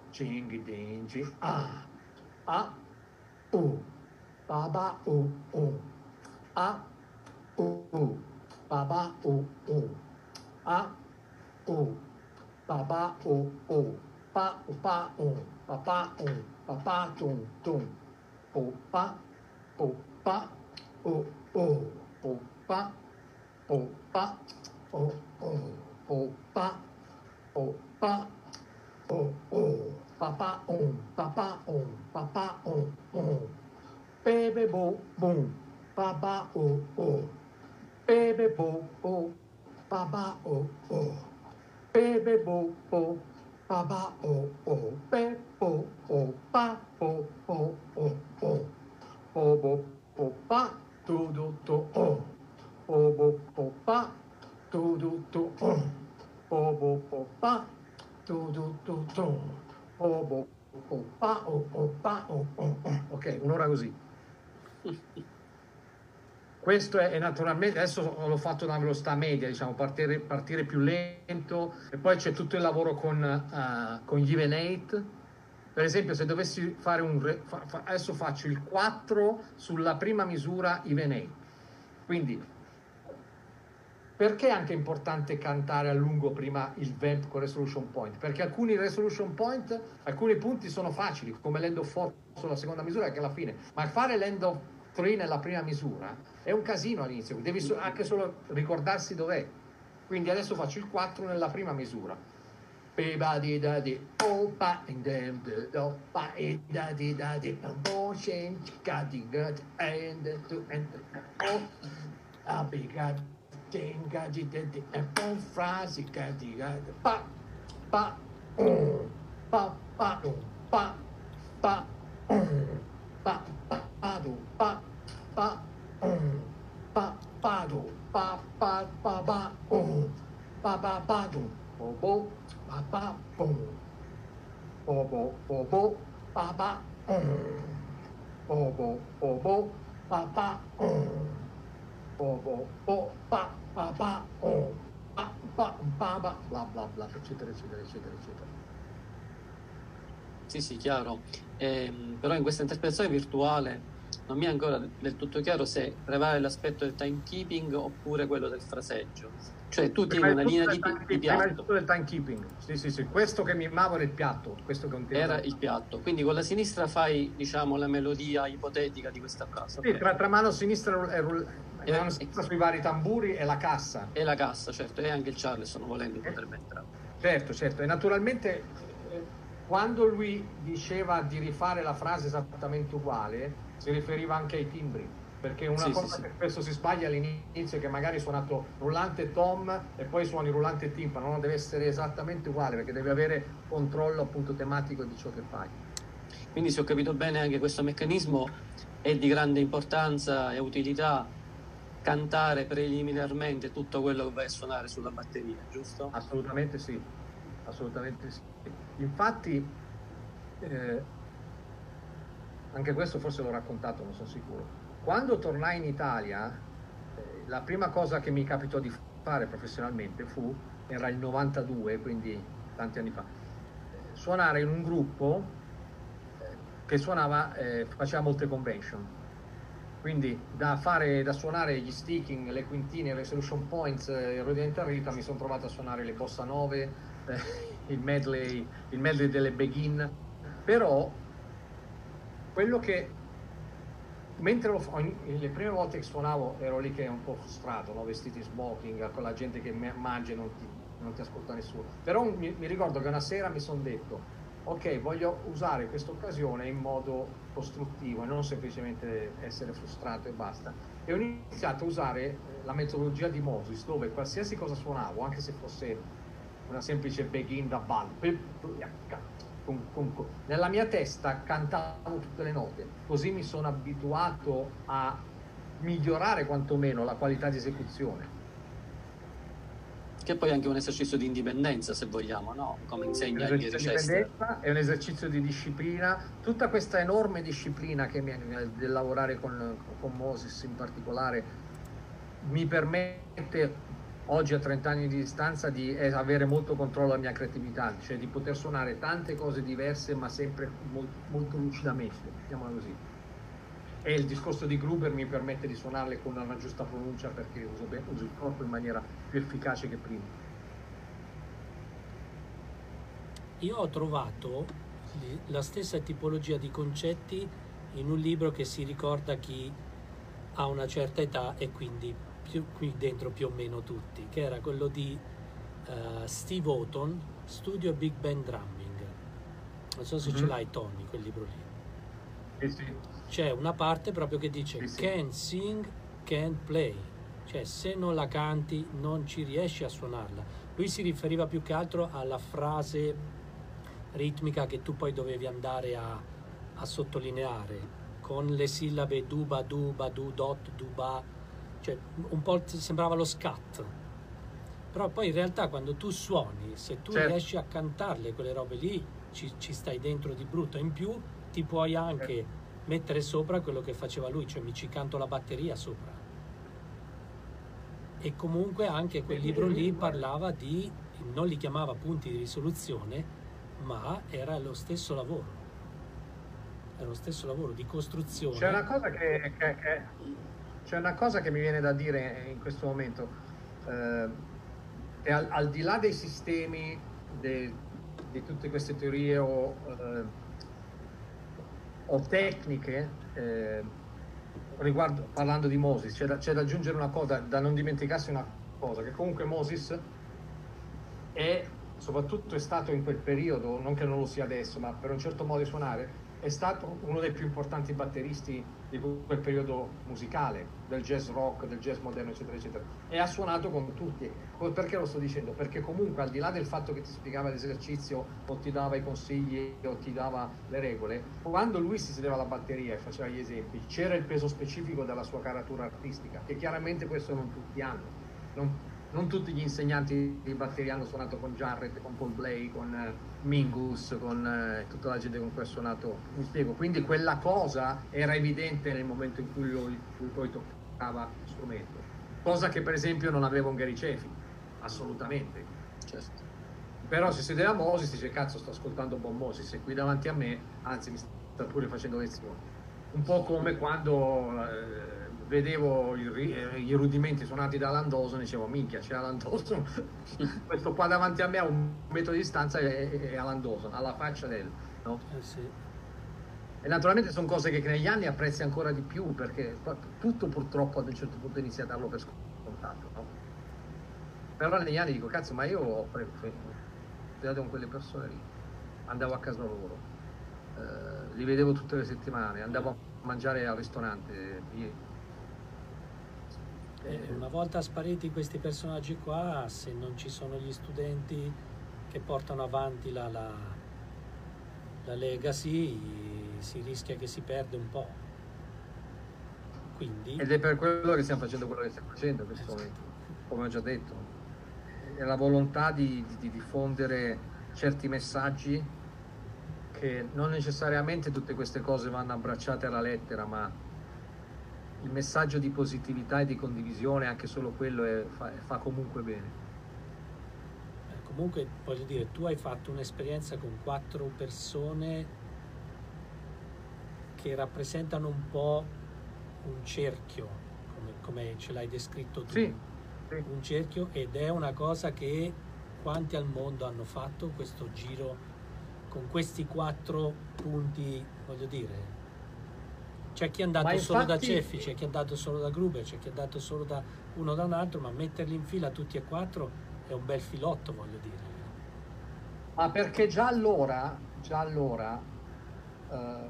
Ah, ah, oh, baba, oh, oh, ah, oh, oh, baba, oh, oh, ah, oh, baba, oh, oh, pa, oh, pa, oh, papa, oh, papa, tum, tum, oh, pa, oh, pa, oh, oh, oh, pa, oh, pa, oh, oh, oh, pa, oh, pa, oh, oh, papa, oh, papa, oh, papa, oh, oh, baby, bo, boom, papa, oh, oh, baby, bo, oh, papa, oh, oh, baby, bo, oh, papa, oh, oh, baby, bo, oh, pa, oh, oh, oh, oh, oh, bo, oh, pa, tu, du, tu, oh, oh, bo, oh, pa, tu, du, tu, oh, oh, bo, oh, pa, tu, du, tu, tu, oh, bo, oh, pa, oh, oh, pa, oh, oh, oh. Ok, un'ora così. Questo è, è naturalmente, adesso l'ho fatto una velocità media, diciamo, partire, partire più lento, e poi c'è tutto il lavoro con, uh, con Even eight, per esempio, se dovessi fare un... Re, fa, fa, adesso faccio il quattro sulla prima misura even A. Quindi, perché è anche importante cantare a lungo prima il vamp con resolution point? Perché alcuni resolution point, alcuni punti sono facili, come l'end of four sulla seconda misura, che alla fine, ma fare l'end of three nella prima misura è un casino all'inizio, devi so, anche solo ricordarsi dov'è. Quindi adesso faccio il quattro nella prima misura. Everybody daddy, oh, pa, and then the dog, pa, e daddy daddy, a motion, cutting gut, and to and oh, a big god, thing, gaddy, daddy, and one phrase, gaddy, gaddy, pa, pa, oh, pa, pa, oh, pa, pa, oh, pa, pa, pa, do, pa, pa, oh, pa, pa, do, pa, pa, pa, pa, oh, pa, pa, pa, do, bo, bo. Pa pa boom, bo bo bo bo, pa pa boom, bo bo bo bo, pa pa boom, bo bo bo pa pa pa boom, pa pa pa pa, bla bla bla, eccetera eccetera eccetera eccetera. Sì, sì, chiaro. Ehm, però in questa interpretazione virtuale non mi è ancora del tutto chiaro se prevale l'aspetto del timekeeping oppure quello del fraseggio. Cioè tu tieni una linea di, di piatto. Prima di tutto del timekeeping. Sì, sì, sì. Questo che mimavo era il piatto. Questo che era il piatto. Quindi con la sinistra fai, diciamo, la melodia ipotetica di questa frase. Sì, okay. tra, tra mano sinistra e, e, e mano sinistra sui vari tamburi e la cassa. E la cassa, certo. E anche il Charleston, volendo, potrebbe entrare. Certo, certo. E naturalmente eh, quando lui diceva di rifare la frase esattamente uguale, si riferiva anche ai timbri. Perché una sì, cosa sì, che sì. spesso si sbaglia all'inizio è che magari hai suonato rullante tom e poi suoni rullante timpano, non deve essere esattamente uguale perché devi avere controllo appunto tematico di ciò che fai. Quindi se ho capito bene anche questo meccanismo è di grande importanza e utilità cantare preliminarmente tutto quello che vai a suonare sulla batteria, giusto? Assolutamente sì, assolutamente sì. Infatti eh, anche questo forse l'ho raccontato, non sono sicuro. Quando tornai in Italia, eh, la prima cosa che mi capitò di fare professionalmente fu, era il novantadue, quindi tanti anni fa, eh, suonare in un gruppo eh, che suonava, eh, faceva molte convention. Quindi da fare, da suonare gli sticking, le quintine, le resolution points, eh, il Rudimentaria Rhythm, mi sono trovato a suonare le bossa nove, eh, il medley, il medley delle begin. Però quello che mentre lo, le prime volte che suonavo ero lì che ero un po' frustrato, no? Vestiti smoking con la gente che mangia e non ti, non ti ascolta nessuno, però mi, mi ricordo che una sera mi sono detto ok, voglio usare questa occasione in modo costruttivo e non semplicemente essere frustrato e basta, e ho iniziato a usare la metodologia di Moses, dove qualsiasi cosa suonavo, anche se fosse una semplice begin da ballo, nella mia testa cantavo tutte le note, così mi sono abituato a migliorare quantomeno la qualità di esecuzione, che poi è anche un esercizio di indipendenza, se vogliamo, no? Come insegna anche Chester. È un esercizio di disciplina, tutta questa enorme disciplina che mi, del lavorare con, con Moses in particolare mi permette oggi a trenta anni di distanza di avere molto controllo della mia creatività, cioè di poter suonare tante cose diverse ma sempre molto, molto lucidamente, diciamola così. E il discorso di Gruber mi permette di suonarle con una giusta pronuncia perché uso, uso il corpo in maniera più efficace che prima. Io ho trovato la stessa tipologia di concetti in un libro che si ricorda chi ha una certa età e quindi più, qui dentro più o meno tutti, che era quello di uh, Steve Houghton, Studio Big Band Drumming. Non so se mm-hmm. ce l'hai, Tony, quel libro lì. Sì, sì. C'è una parte proprio che dice sì, sì. Can't sing, can't play, cioè se non la canti non ci riesci a suonarla. Lui si riferiva più che altro alla frase ritmica che tu poi dovevi andare a, a sottolineare con le sillabe du ba du ba du dot du ba, cioè un po' sembrava lo scat, però poi in realtà quando tu suoni, se tu certo. riesci a cantarle quelle robe lì, ci, ci stai dentro di brutto. In più ti puoi anche certo. mettere sopra quello che faceva lui, cioè mi ci canto la batteria sopra. E comunque anche quel libro lì parlava di, non li chiamava punti di risoluzione, ma era lo stesso lavoro. È lo stesso lavoro di costruzione. C'è una cosa che, che- che- c'è una cosa che mi viene da dire in questo momento, eh, che al, al di là dei sistemi, de- di tutte queste teorie o, eh, o tecniche, eh, riguardo, parlando di Moses, c'è da, c'è da aggiungere una cosa, da non dimenticarsi una cosa, che comunque Moses è, soprattutto è stato in quel periodo, non che non lo sia adesso, ma per un certo modo di suonare, è stato uno dei più importanti batteristi di quel periodo musicale, del jazz rock, del jazz moderno, eccetera, eccetera. E ha suonato con tutti. Perché lo sto dicendo? Perché comunque, al di là del fatto che ti spiegava l'esercizio, o ti dava i consigli, o ti dava le regole, quando lui si sedeva alla batteria e faceva gli esempi, c'era il peso specifico della sua caratura artistica, che chiaramente questo non tutti hanno. Non, non tutti gli insegnanti di batteria hanno suonato con Jarrett, con Paul Bley, con eh, Mingus, con eh, tutta la gente con cui ha suonato, mi spiego. Quindi quella cosa era evidente nel momento in cui lui, lui poi toccava lo strumento, cosa che per esempio non aveva un Gary Cefi, assolutamente. Certo. Però se sedeva Moses dice cazzo, sto ascoltando Bob Moses, e qui davanti a me, anzi mi sta pure facendo lezioni, un po' come quando eh, vedevo i, ri- eh, gli rudimenti suonati da Alan Dawson, dicevo minchia, c'è Alan Dawson questo qua davanti a me a un metro di distanza è, è Alan Dawson, alla faccia del, no? Eh sì. E naturalmente sono cose che negli anni apprezzi ancora di più, perché tutto purtroppo ad un certo punto inizia a darlo per scontato, no? Però negli anni dico cazzo, ma io ho studiato con quelle persone lì, andavo a casa loro, eh, li vedevo tutte le settimane, andavo a mangiare al ristorante. Io- E una volta spariti questi personaggi qua, se non ci sono gli studenti che portano avanti la, la, la legacy, si rischia che si perde un po'. Quindi Ed è per quello che stiamo facendo quello che stiamo facendo in questo momento, come ho già detto. È la volontà di, di- di diffondere certi messaggi, che non necessariamente tutte queste cose vanno abbracciate alla lettera, ma il messaggio di positività e di condivisione, anche solo quello è- fa, fa comunque bene. eh, comunque voglio dire, tu hai fatto un'esperienza con quattro persone che rappresentano un po' un cerchio, come, come ce l'hai descritto tu. Sì, sì. Un cerchio, ed è una cosa che quanti al mondo hanno fatto questo giro con questi quattro punti, voglio dire. C'è chi è andato Ma solo da infatti- Ceffi, c'è chi è andato solo da Gruber, c'è chi è andato solo da uno da un altro, ma metterli in fila tutti e quattro è un bel filotto, voglio dire. Ma perché già allora, già allora eh,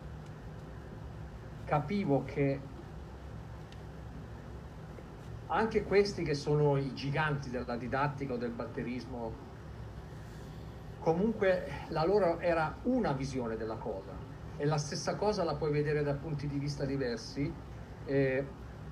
capivo che anche questi che sono i giganti della didattica o del batterismo, comunque la loro era una visione della cosa, e la stessa cosa la puoi vedere da punti di vista diversi. Eh,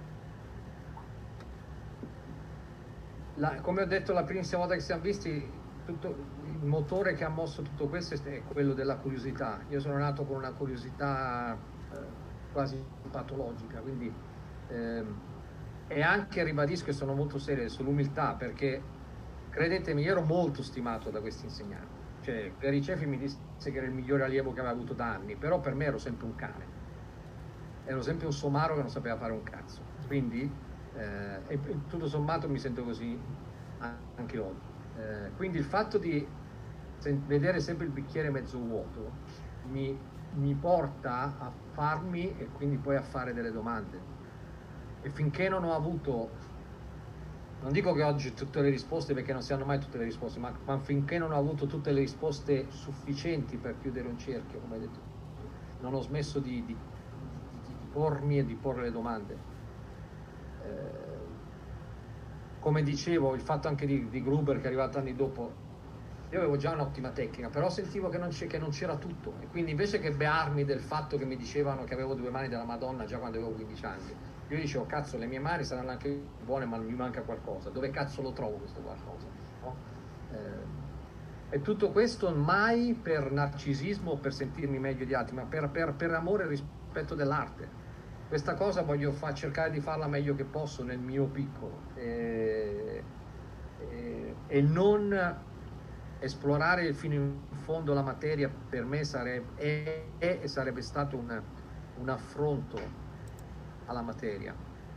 la- come ho detto la primissima volta che siamo visti, tutto, il motore che ha mosso tutto questo è quello della curiosità. Io sono nato con una curiosità eh, quasi patologica, quindi ehm, e anche ribadisco e sono molto serio sull'umiltà, perché credetemi, io ero molto stimato da questi insegnanti. Cioè, Gary Cefi mi disse che era il migliore allievo che aveva avuto da anni, però per me ero sempre un cane, ero sempre un somaro che non sapeva fare un cazzo, quindi eh, e, e tutto sommato mi sento così anche oggi. Eh, quindi il fatto di sen- vedere sempre il bicchiere mezzo vuoto mi, mi porta a farmi e quindi poi a fare delle domande, e finché non ho avuto, non dico che oggi ho tutte le risposte, perché non si hanno mai tutte le risposte, ma, ma finché non ho avuto tutte le risposte sufficienti per chiudere un cerchio, come hai detto, non ho smesso di, di, di pormi e di porre le domande. Eh, come dicevo, il fatto anche di, di Gruber, che è arrivato anni dopo, io avevo già un'ottima tecnica, però sentivo che non, c'è, che non c'era tutto, e quindi invece che bearmi del fatto che mi dicevano che avevo due mani della Madonna già quando avevo quindici anni, io dicevo cazzo, le mie mani saranno anche buone, ma mi manca qualcosa, dove cazzo lo trovo questo qualcosa, no? Eh, e tutto questo mai per narcisismo o per sentirmi meglio di altri, ma per, per, per amore e rispetto dell'arte. Questa cosa voglio fa, cercare di farla meglio che posso nel mio piccolo, e, e, e non esplorare fino in fondo la materia per me sarebbe, è, è e sarebbe stato un, un affronto alla materia,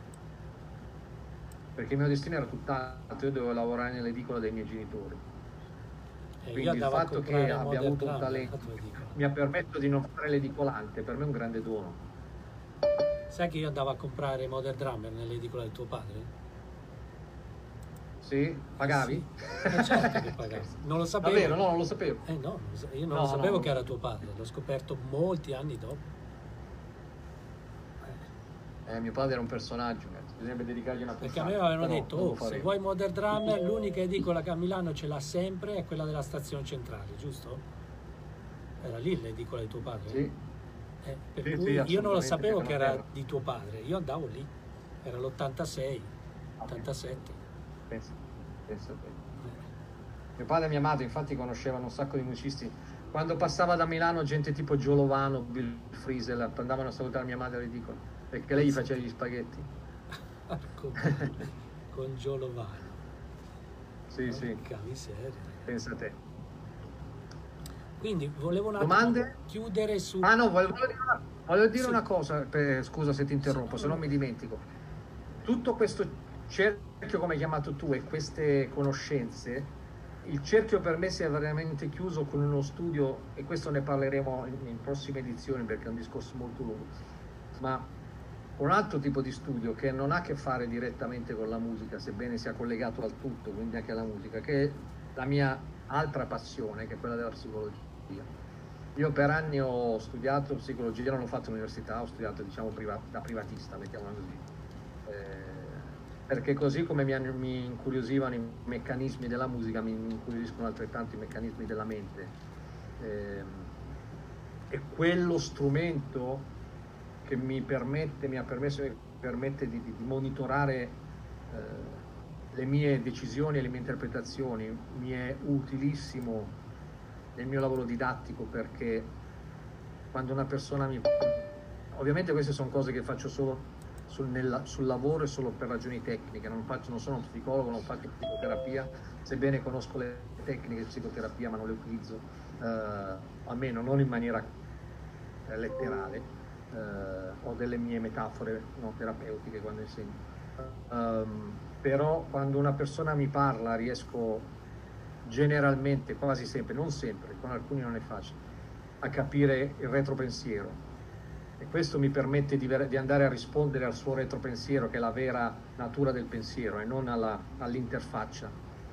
perché il mio destino era tutt'altro, io dovevo lavorare nell'edicola dei miei genitori. Eh, Quindi io il andavo a fatto che comprare abbia Modern avuto un Drum, talento infatti lo dico. mi ha permesso di non fare l'edicolante, per me è un grande dono. Sai che io andavo a comprare Modern Drummer nell'edicola del tuo padre? Sì? Pagavi? Sì. Eh, certo che pagavo. Non lo sapevo. Davvero? No, non lo sapevo. Eh no, non lo sa- io non No, lo sapevo no. che era tuo padre, l'ho scoperto molti anni dopo. Eh, mio padre era un personaggio, eh. Bisognerebbe dedicargli una Perché a puntata. me avevano però detto, non lo oh, se faremo. vuoi Modern Drummer, l'unica edicola che a Milano ce l'ha sempre è quella della stazione centrale, giusto? Era lì l'edicola di tuo padre? Sì. Eh, per Sì, cui sì, io non lo assolutamente, sapevo perché che non era era. di tuo padre, io andavo lì, era l'ottantasei, ottantasette. Pensa, pensa a te. Mio padre e mia madre infatti conoscevano un sacco di musicisti. Quando passava da Milano gente tipo Giolovano, Bill Frisell, andavano a salutare mia madre all'edicola, perché lei gli faceva gli spaghetti. con, con Giolovano. Sì, sì, Porca miseria. pensa a te. Quindi volevo un attimo Domande? chiudere su... Ah no, volevo dire una, volevo dire Sì. una cosa, per- scusa se ti interrompo, Sì, se no, non no. mi dimentico. Tutto questo cerchio, come hai chiamato tu, e queste conoscenze, il cerchio per me si è veramente chiuso con uno studio, e questo ne parleremo in, in prossime edizioni perché è un discorso molto lungo, ma un altro tipo di studio che non ha a che fare direttamente con la musica, sebbene sia collegato al tutto, quindi anche alla musica, che è la mia altra passione, che è quella della psicologia. Io per anni ho studiato psicologia, non l'ho fatto all'università, ho studiato diciamo priva- da privatista, mettiamola così. Eh, perché così come mi, hanno- mi incuriosivano i meccanismi della musica, mi incuriosiscono altrettanto i meccanismi della mente. Eh, è quello strumento che mi permette, mi ha permesso e permette di, di, di monitorare eh, le mie decisioni e le mie interpretazioni. Mi è utilissimo nel mio lavoro didattico, perché quando una persona mi... Ovviamente queste sono cose che faccio solo sul, nella, sul lavoro e solo per ragioni tecniche, non, faccio, non sono psicologo, non faccio psicoterapia, sebbene conosco le tecniche di psicoterapia ma non le utilizzo, eh, almeno non in maniera eh, letterale, eh, ho delle mie metafore non terapeutiche quando insegno. Um, però quando una persona mi parla riesco generalmente, quasi sempre, non sempre, con alcuni non è facile, a capire il retropensiero, e questo mi permette di, ver- di andare a rispondere al suo retropensiero, che è la vera natura del pensiero e non alla, all'interfaccia.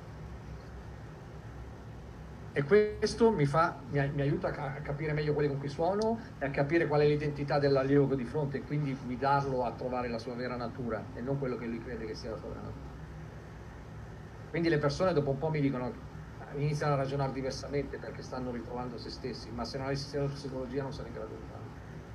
E questo mi, fa, mi, mi aiuta a, ca- a capire meglio quelli con cui suono e a capire qual è l'identità dell'allievo che ho di fronte, e quindi guidarlo a trovare la sua vera natura e non quello che lui crede che sia la sua vera natura. Quindi le persone dopo un po' mi dicono, iniziano a ragionare diversamente perché stanno ritrovando se stessi, ma se non avessi studiato psicologia non sarei in grado di farlo.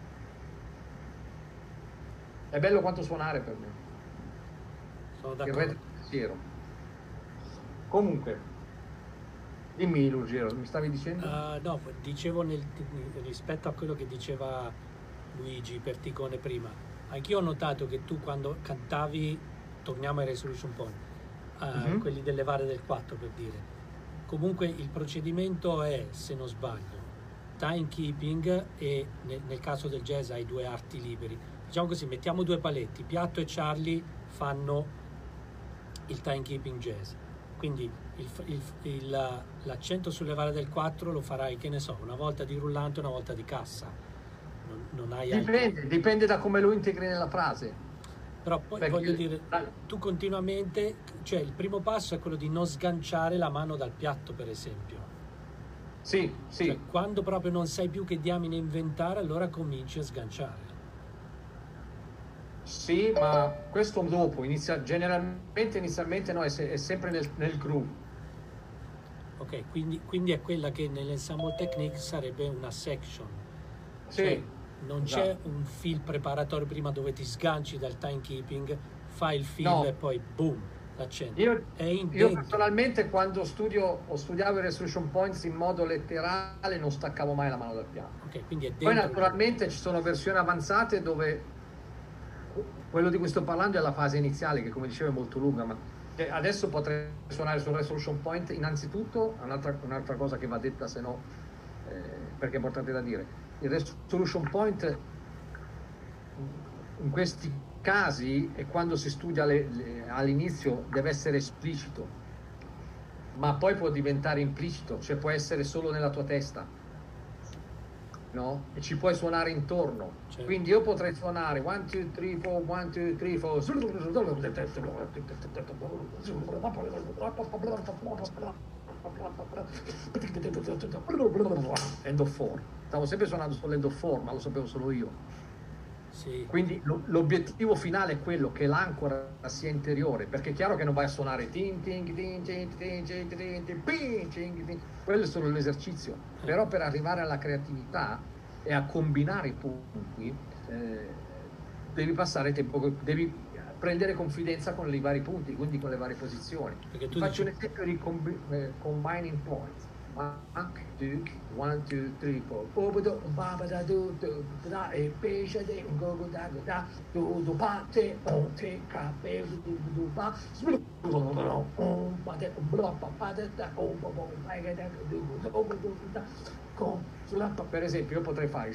È bello quanto suonare per me, Sono il d'accordo. retropensiero. Comunque, dimmi Ruggero, mi stavi dicendo? Uh, no, dicevo nel- rispetto a quello che diceva Luigi Perticone prima, anch'io ho notato che tu quando cantavi, torniamo ai Resolution Point, uh, Mhm. quelli delle varie del quattro per dire, comunque il procedimento è, se non sbaglio, timekeeping, e nel, nel caso del jazz hai due arti liberi. Diciamo così, mettiamo due paletti, Piatto e Charlie fanno il timekeeping jazz, quindi il, il, il, l'accento sulle varie del quattro lo farai, che ne so, una volta di rullante, una volta di cassa, non, non hai altri- Dipende, dipende da come lo integri nella frase. però poi Perché- voglio dire, dai. tu continuamente, cioè il primo passo è quello di non sganciare la mano dal piatto, per esempio. Sì, sì. Cioè, quando proprio non sai più che diamine inventare, allora cominci a sganciare. Sì, ma questo dopo, inizia, generalmente inizialmente no, è, se- è sempre nel, nel groove. Ok, quindi, quindi è quella che nell'ensemble technique sarebbe una section. Sì, Cioè, non esatto. c'è un fil preparatorio prima dove ti sganci dal timekeeping, fai il fil No. e poi boom, l'accendi. Io, È in io dentro. personalmente quando studio o studiavo i resolution points in modo letterale non staccavo mai la mano dal piano. Ok, quindi è Poi dentro. naturalmente ci sono versioni avanzate dove quello di cui sto parlando è la fase iniziale, che come dicevo è molto lunga, ma che adesso potrei suonare sul resolution point. Innanzitutto, un'altra, un'altra cosa che va detta, se no, eh, perché è importante da dire, il resolution point in questi casi, e quando si studia le, le, all'inizio, deve essere esplicito, ma poi può diventare implicito, cioè può essere solo nella tua testa, no? E ci puoi suonare intorno. Certo. Quindi io potrei suonare one two three four one two three four end of four. Stavo sempre suonando sull'end of four, ma lo sapevo solo io. Sì. Quindi lo, l'obiettivo finale è quello che l'ancora sia interiore, perché è chiaro che non vai a suonare tin, tin, tin, tin, tin, tin, tin, tin, tin, tin, tin. Quello è solo l'esercizio, però per arrivare alla creatività e a combinare i punti eh, devi passare tempo, devi prendere confidenza con i vari punti, quindi con le varie posizioni. Faccio dici... un esempio di combi- eh, combining points. One, two, one, two, three, four. Obodo, babada, do, do, da, e pesce, de, un go, go, da, go, da, do, do, pa, te, on, te, ca, pe, do, do, do, pa, sblu, on, pa, te, bla, pa, pa, te, da, on, pa, pa, pa, ga, da, do, do, do, do, da, con, sulla, pa, per esempio, io potrei fare,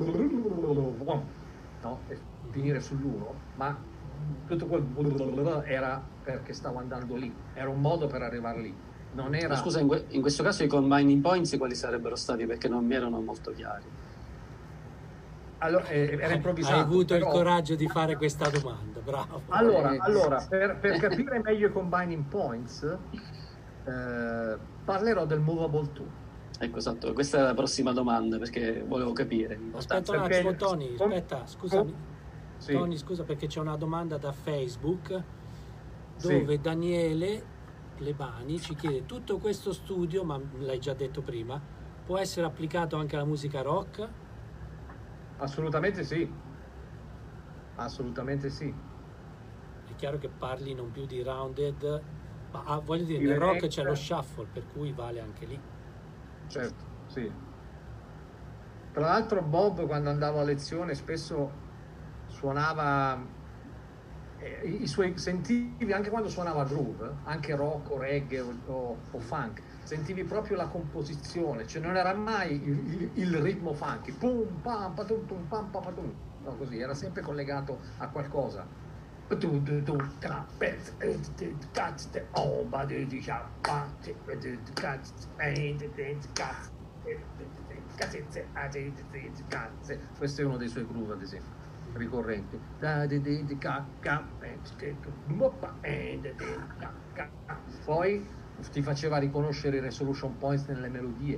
no, e finire sull'uno, ma tutto quel era perché stavo andando lì, era un modo per arrivare lì. Non era... Scusa, in, que- in questo caso i combining points quali sarebbero stati? Perché non mi erano molto chiari. Allora, eh, era improvvisato. Hai avuto però... il coraggio di fare questa domanda, bravo. Allora, allora per, per capire meglio i combining points, eh, parlerò del movable two. Ecco, esatto, questa è la prossima domanda, perché volevo capire. Aspetta un perché... attimo, Tony, aspetta, scusami. Sì. Tony, scusa, perché c'è una domanda da Facebook dove sì. Daniele Lebani ci chiede: tutto questo studio, ma l'hai già detto prima, può essere applicato anche alla musica rock? Assolutamente sì, assolutamente sì. È chiaro che parli non più di rounded, ma ah, voglio dire, nel rock c'è lo shuffle, per cui vale anche lì. Certo, sì. Tra l'altro Bob, quando andavo a lezione, spesso suonava i suoi, sentivi anche quando suonava groove, anche rock o reggae o, o, o funk, sentivi proprio la composizione, cioè non era mai il, il, il ritmo funky, pum pam patum pum pam patum, no, così, era sempre collegato a qualcosa. Questo è uno dei suoi groove, ad esempio, ricorrenti. Poi ti faceva riconoscere i resolution points nelle melodie,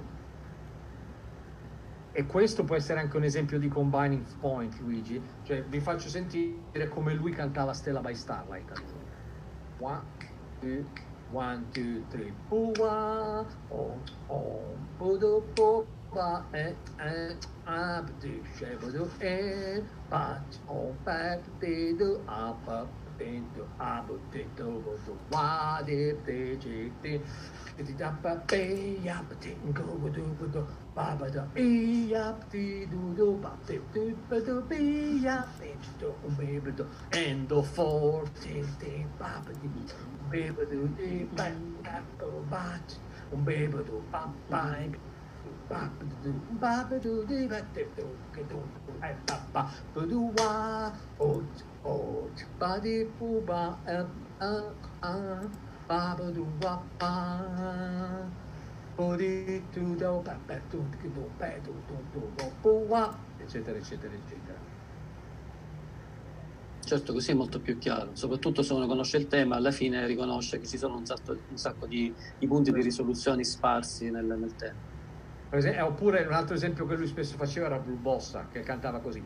e questo può essere anche un esempio di combining point, Luigi. Cioè, vi faccio sentire come lui cantava Stella by Starlight. One, two, one, two, three, four, oh, oh, oh, oh. Eh, eh, ah, eh, eh, but on back the do up into up to what if they did it up pay up go do do baba da e up the do do bab the do be up to baby do and the fourteen thing baba di baby do the back up but un baby do papa eccetera eccetera eccetera. Certo, così è molto più chiaro, soprattutto se uno conosce il tema, alla fine riconosce che ci sono un sacco, un sacco di, di punti di risoluzione sparsi nel, nel tema. Per esempio, oppure un altro esempio che lui spesso faceva era Blue Bossa, che cantava così: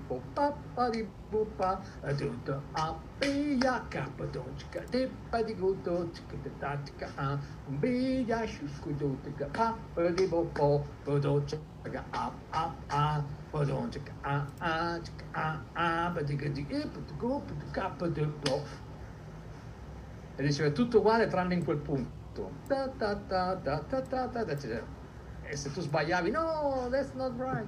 e diceva tutto uguale tranne in quel punto. E se tu sbagliavi, no, that's not right.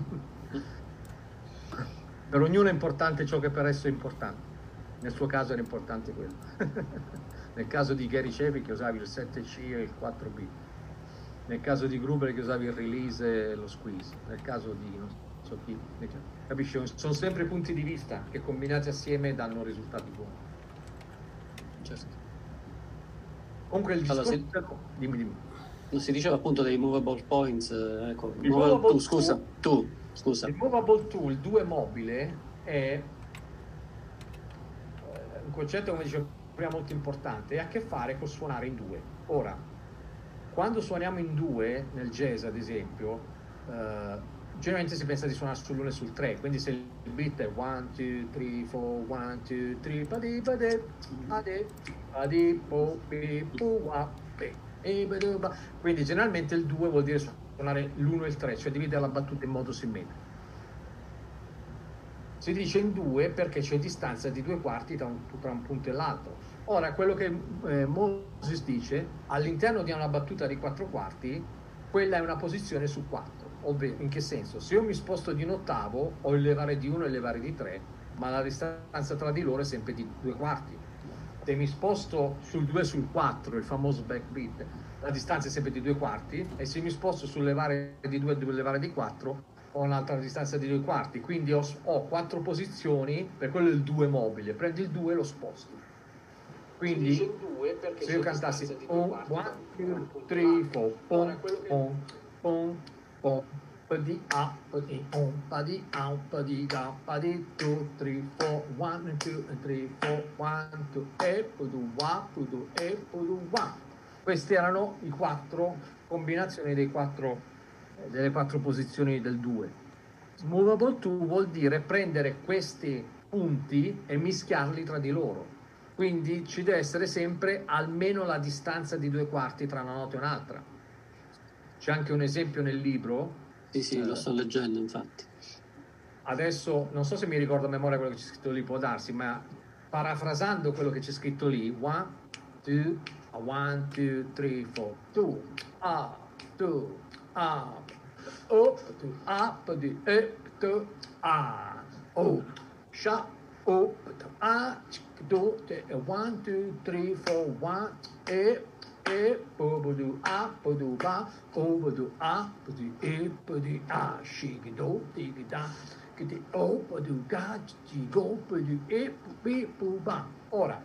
Per ognuno è importante ciò che per esso è importante. Nel suo caso era importante quello. Nel caso di Gary Chapin che usavi il sette C e il quattro B. Nel caso di Gruber che usavi il release e lo squeeze. Nel caso di non so chi, capisci? Sono sempre punti di vista che combinati assieme danno risultati buoni. Certo. Comunque il discorso... Allora, se... dimmi, dimmi. Non si diceva appunto dei movable points, eh, ecco, Il movable... movable tu, scusa, tool- tu, scusa. Il movable tool due mobile è un concetto, come dicevo prima, molto importante, e ha a che fare con suonare in due. Ora, quando suoniamo in due nel jazz ad esempio, eh, generalmente si pensa di suonare sull'uno e sul tre, quindi se il beat è uno, due, tre, quattro, uno, due, tre, padi, padi, padi, padi, po, pi, pu, wa, pe, e, badu, ba. Quindi generalmente il due vuol dire suonare l'uno e il tre, cioè dividere la battuta in modo simmetrico. Si dice in due perché c'è distanza di due quarti tra un, tra un punto e l'altro. Ora, quello che eh, Moses dice, all'interno di una battuta di quattro quarti, quella è una posizione su quattro. Ovvero, in che senso? Se io mi sposto di un ottavo, ho il levare di uno e il levare di tre, ma la distanza tra di loro è sempre di due quarti. Se mi sposto sul due e sul quattro, il famoso backbeat, la distanza è sempre di due quarti, e se mi sposto sul levare di due e sul levare di quattro, ho un'altra distanza di due quarti, quindi ho, ho quattro posizioni, per quello il due mobile, prendi il due e lo sposti. Quindi se io cantassi uno, due, tre, quattro, pom, pom, pom, pom, padi, a, padi, om, padi, a, padi, da, padi, due, tre, quattro, uno, due, tre, quattro, uno, due, e, pudu, wa, pudu, e, pudu, wa. Queste erano i quattro combinazioni dei quattro delle quattro posizioni del due. Movable two vuol dire prendere questi punti e mischiarli tra di loro, quindi ci deve essere sempre almeno la distanza di due quarti tra una nota e un'altra. C'è anche un esempio nel libro. Sì, sì, eh, lo sto leggendo infatti. Adesso non so se mi ricordo a memoria quello che c'è scritto lì, può darsi, ma parafrasando quello che c'è scritto lì, one, two, one, two, three, four, two, ah, two, ah, up, to, up, di, e, to, a, o, sha, o, to, a, do, te, one, two, three, four, one, e, e, po, do, a, po, do, ba, o, do, a, po, di, e, po, di, a, shi, do, di, da, che di, o, po, do, ga, ci, go, po, di, e, po, bi, po, ba. Ora,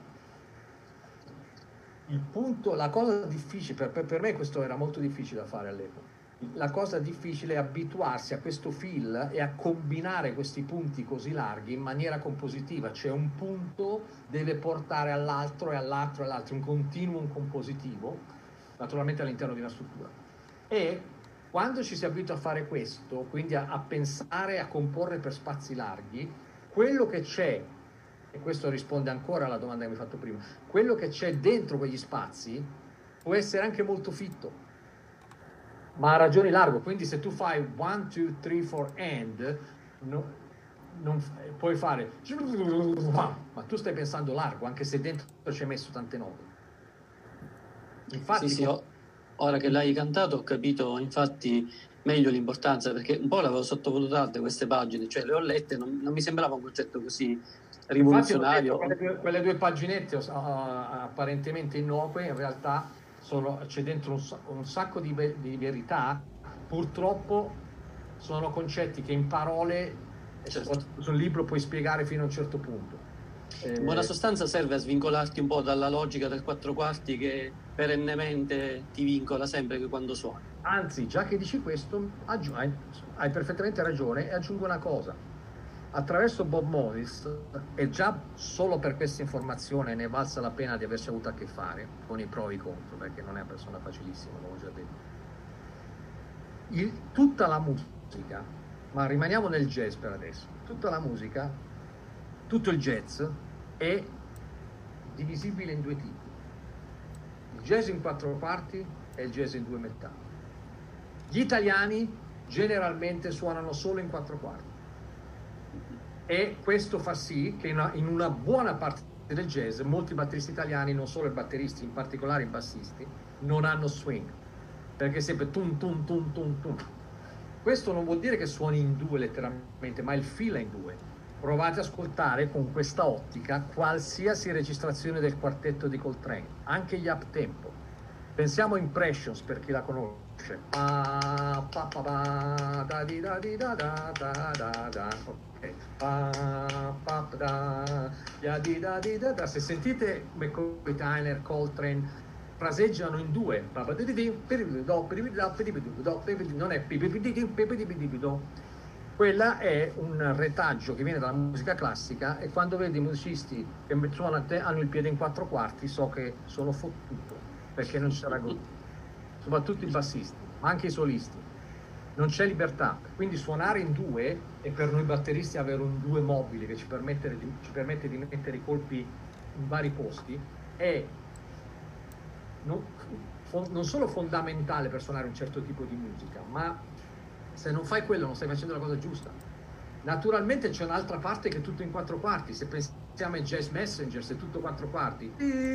il punto, la cosa difficile, per, per, per me questo era molto difficile da fare all'epoca. La cosa difficile è abituarsi a questo feel e a combinare questi punti così larghi in maniera compositiva, cioè un punto deve portare all'altro e all'altro e all'altro, un continuum compositivo, naturalmente all'interno di una struttura. E quando ci si abitua a fare questo, quindi a, a pensare, a comporre per spazi larghi, quello che c'è, e questo risponde ancora alla domanda che mi hai fatto prima, quello che c'è dentro quegli spazi può essere anche molto fitto, ma a ragioni largo. Quindi se tu fai one, two, three, four and, no, non, puoi fare, ma tu stai pensando largo, anche se dentro ci hai messo tante note. Infatti, sì, sì, ho, ora che l'hai cantato ho capito infatti meglio l'importanza, perché un po' l'avevo sottovalutate queste pagine, cioè le ho lette, non, non mi sembrava un concetto così rivoluzionario. Infatti, quelle, due, quelle due paginette uh, apparentemente innocue, in realtà sono, c'è dentro un, un sacco di, di verità. Purtroppo sono concetti che in parole, certo, sul libro puoi spiegare fino a un certo punto. Eh, in buona sostanza serve a svincolarti un po' dalla logica del quattro quarti che perennemente ti vincola sempre che quando suoni. Anzi, già che dici questo, aggi- hai, hai perfettamente ragione, e aggiungo una cosa. Attraverso Bob Moses, e già solo per questa informazione ne valsa la pena di averci avuto a che fare, con i pro e i contro, perché non è una persona facilissima, l'ho già detto. Il, tutta la musica, ma rimaniamo nel jazz per adesso, tutta la musica, tutto il jazz è divisibile in due tipi. Il jazz in quattro quarti e il jazz in due metà. Gli italiani generalmente suonano solo in quattro quarti. E questo fa sì che in una buona parte del jazz molti batteristi italiani, non solo i batteristi, in particolare i bassisti, non hanno swing, perché è sempre tum tum tum tum tum. Questo non vuol dire che suoni in due letteralmente, ma il feel è in due. provate ad ascoltare con questa ottica qualsiasi registrazione del quartetto di Coltrane, anche gli up tempo. Pensiamo a Impressions, per chi la conosce. Pa, pa, pa, pa, da, di, da, di, da, da, da, da, da. Okay. Pa, pa, pa, da, ya, di, da, di, da, da. Se sentite McCoy Tyner, Coltrane fraseggiano in due, non è quella è un retaggio che viene dalla musica classica, e quando vedi i musicisti che suonano, hanno il piede in quattro quarti, so che sono fottuto, perché non ci sarà groove, soprattutto i bassisti, ma anche i solisti, non c'è libertà. Quindi suonare in due, e per noi batteristi avere un due mobile che ci permette di, ci permette di mettere i colpi in vari posti, è non, non solo fondamentale per suonare un certo tipo di musica, ma se non fai quello non stai facendo la cosa giusta. Naturalmente c'è un'altra parte che è tutto in quattro quarti. Se pensiamo ai Jazz Messengers è tutto quattro quarti.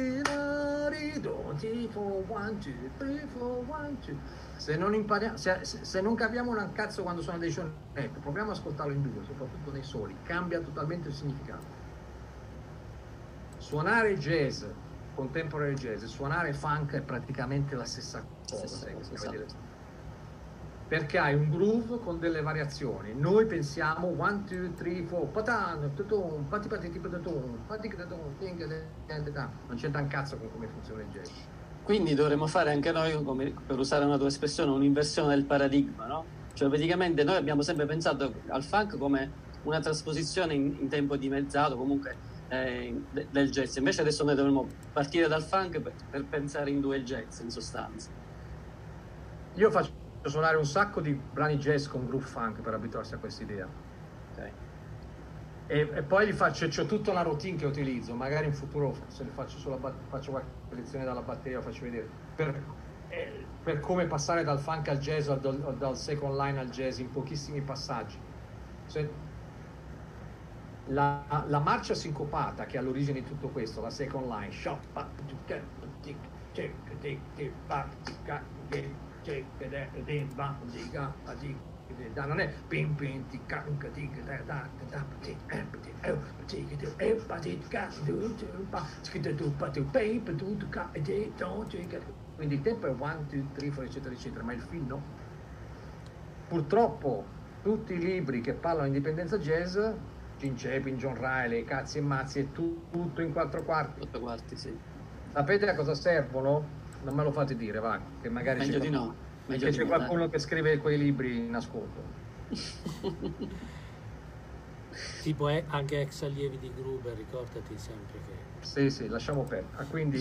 Se non impariamo, se, se non capiamo un cazzo quando suona dei cionetti, proviamo ad ascoltarlo in due, soprattutto nei soli, cambia totalmente il significato. Suonare jazz, contemporary jazz, e suonare funk è praticamente la stessa cosa, Sì, sì, se esatto. vedete. Perché hai un groove con delle variazioni. Noi pensiamo one, two, three, four, patan, tutum, pati pati tipo tutum, pati tutum, non c'entra un cazzo con come funziona il jazz. Quindi dovremmo fare anche noi, come, per usare una tua espressione, un'inversione del paradigma, no? Cioè praticamente noi abbiamo sempre pensato al funk come una trasposizione in, in tempo dimezzato, comunque eh, de, del jazz. Invece adesso noi dovremmo partire dal funk per, per pensare in due il jazz, in sostanza. Io faccio suonare un sacco di brani jazz con groove funk per abituarsi a questa idea. Okay. E, e poi li faccio, c'ho tutta una routine che utilizzo, magari in futuro se ne faccio sulla faccio qualche lezione dalla batteria, lo faccio vedere, per, eh, per come passare dal funk al jazz, o dal, dal second line al jazz in pochissimi passaggi. Se, la, la marcia sincopata che è all'origine di tutto questo, la second line, non è pim pim tica tica da da quindi il tempo è one, two, three, four, eccetera eccetera, ma il film no. Purtroppo tutti i libri che parlano di indipendenza jazz, Gene Chapin, John Riley, cazzi e mazzi, è tu, tutto in quattro quarti. Quattro quarti, sì. Sapete a cosa servono? Non me lo fate dire, va, che magari Meglio c'è di qualcuno, no. Meglio che di c'è no, qualcuno dai. che scrive quei libri in ascolto. Tipo eh, anche ex allievi di Gruber, ricordati sempre che... Sì, sì, lasciamo perdere. Ah, quindi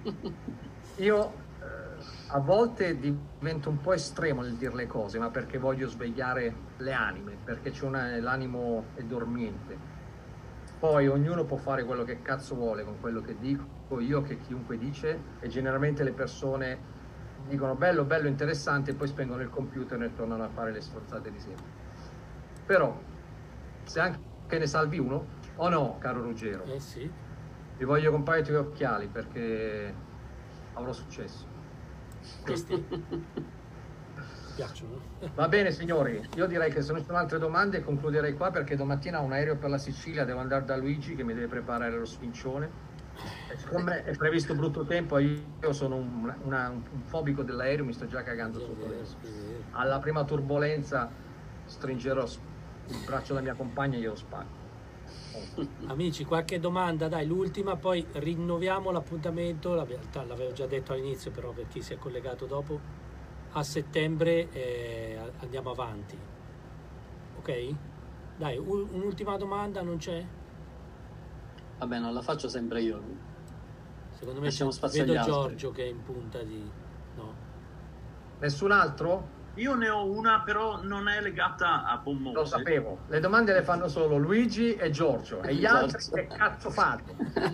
io eh, a volte divento un po' estremo nel dire le cose, ma perché voglio svegliare le anime, perché c'è una, l'animo è dormiente. Poi ognuno può fare quello che cazzo vuole con quello che dico io, che chiunque dice, e generalmente le persone dicono bello, bello, interessante, e poi spengono il computer e tornano a fare le sforzate di sempre. Però, se anche ne salvi uno, o no, caro Ruggero, Eh sì, vi voglio comprare i tuoi occhiali perché avrò successo. questi piacciono. Va bene signori, io direi che se non ci sono altre domande concluderei qua, perché domattina ho un aereo per la Sicilia, devo andare da Luigi che mi deve preparare lo sfincione. E siccome è previsto brutto tempo, io sono un, una, un fobico dell'aereo, mi sto già cagando sotto adesso. Alla prima turbolenza stringerò il braccio della mia compagna e glielo spacco. Amici, qualche domanda? Dai, l'ultima, poi rinnoviamo l'appuntamento, l'avevo già detto all'inizio, però per chi si è collegato dopo, a settembre eh, andiamo avanti, ok? Dai, un, un'ultima domanda, non c'è? Vabbè, non la faccio sempre io. Secondo me Lasciamo spazio vedo agli altri. Giorgio che è in punta di... no? Nessun altro? Io ne ho una, però non è legata a Bommose. Lo sapevo, le domande le fanno solo Luigi e Giorgio, e gli altri che cazzo fate?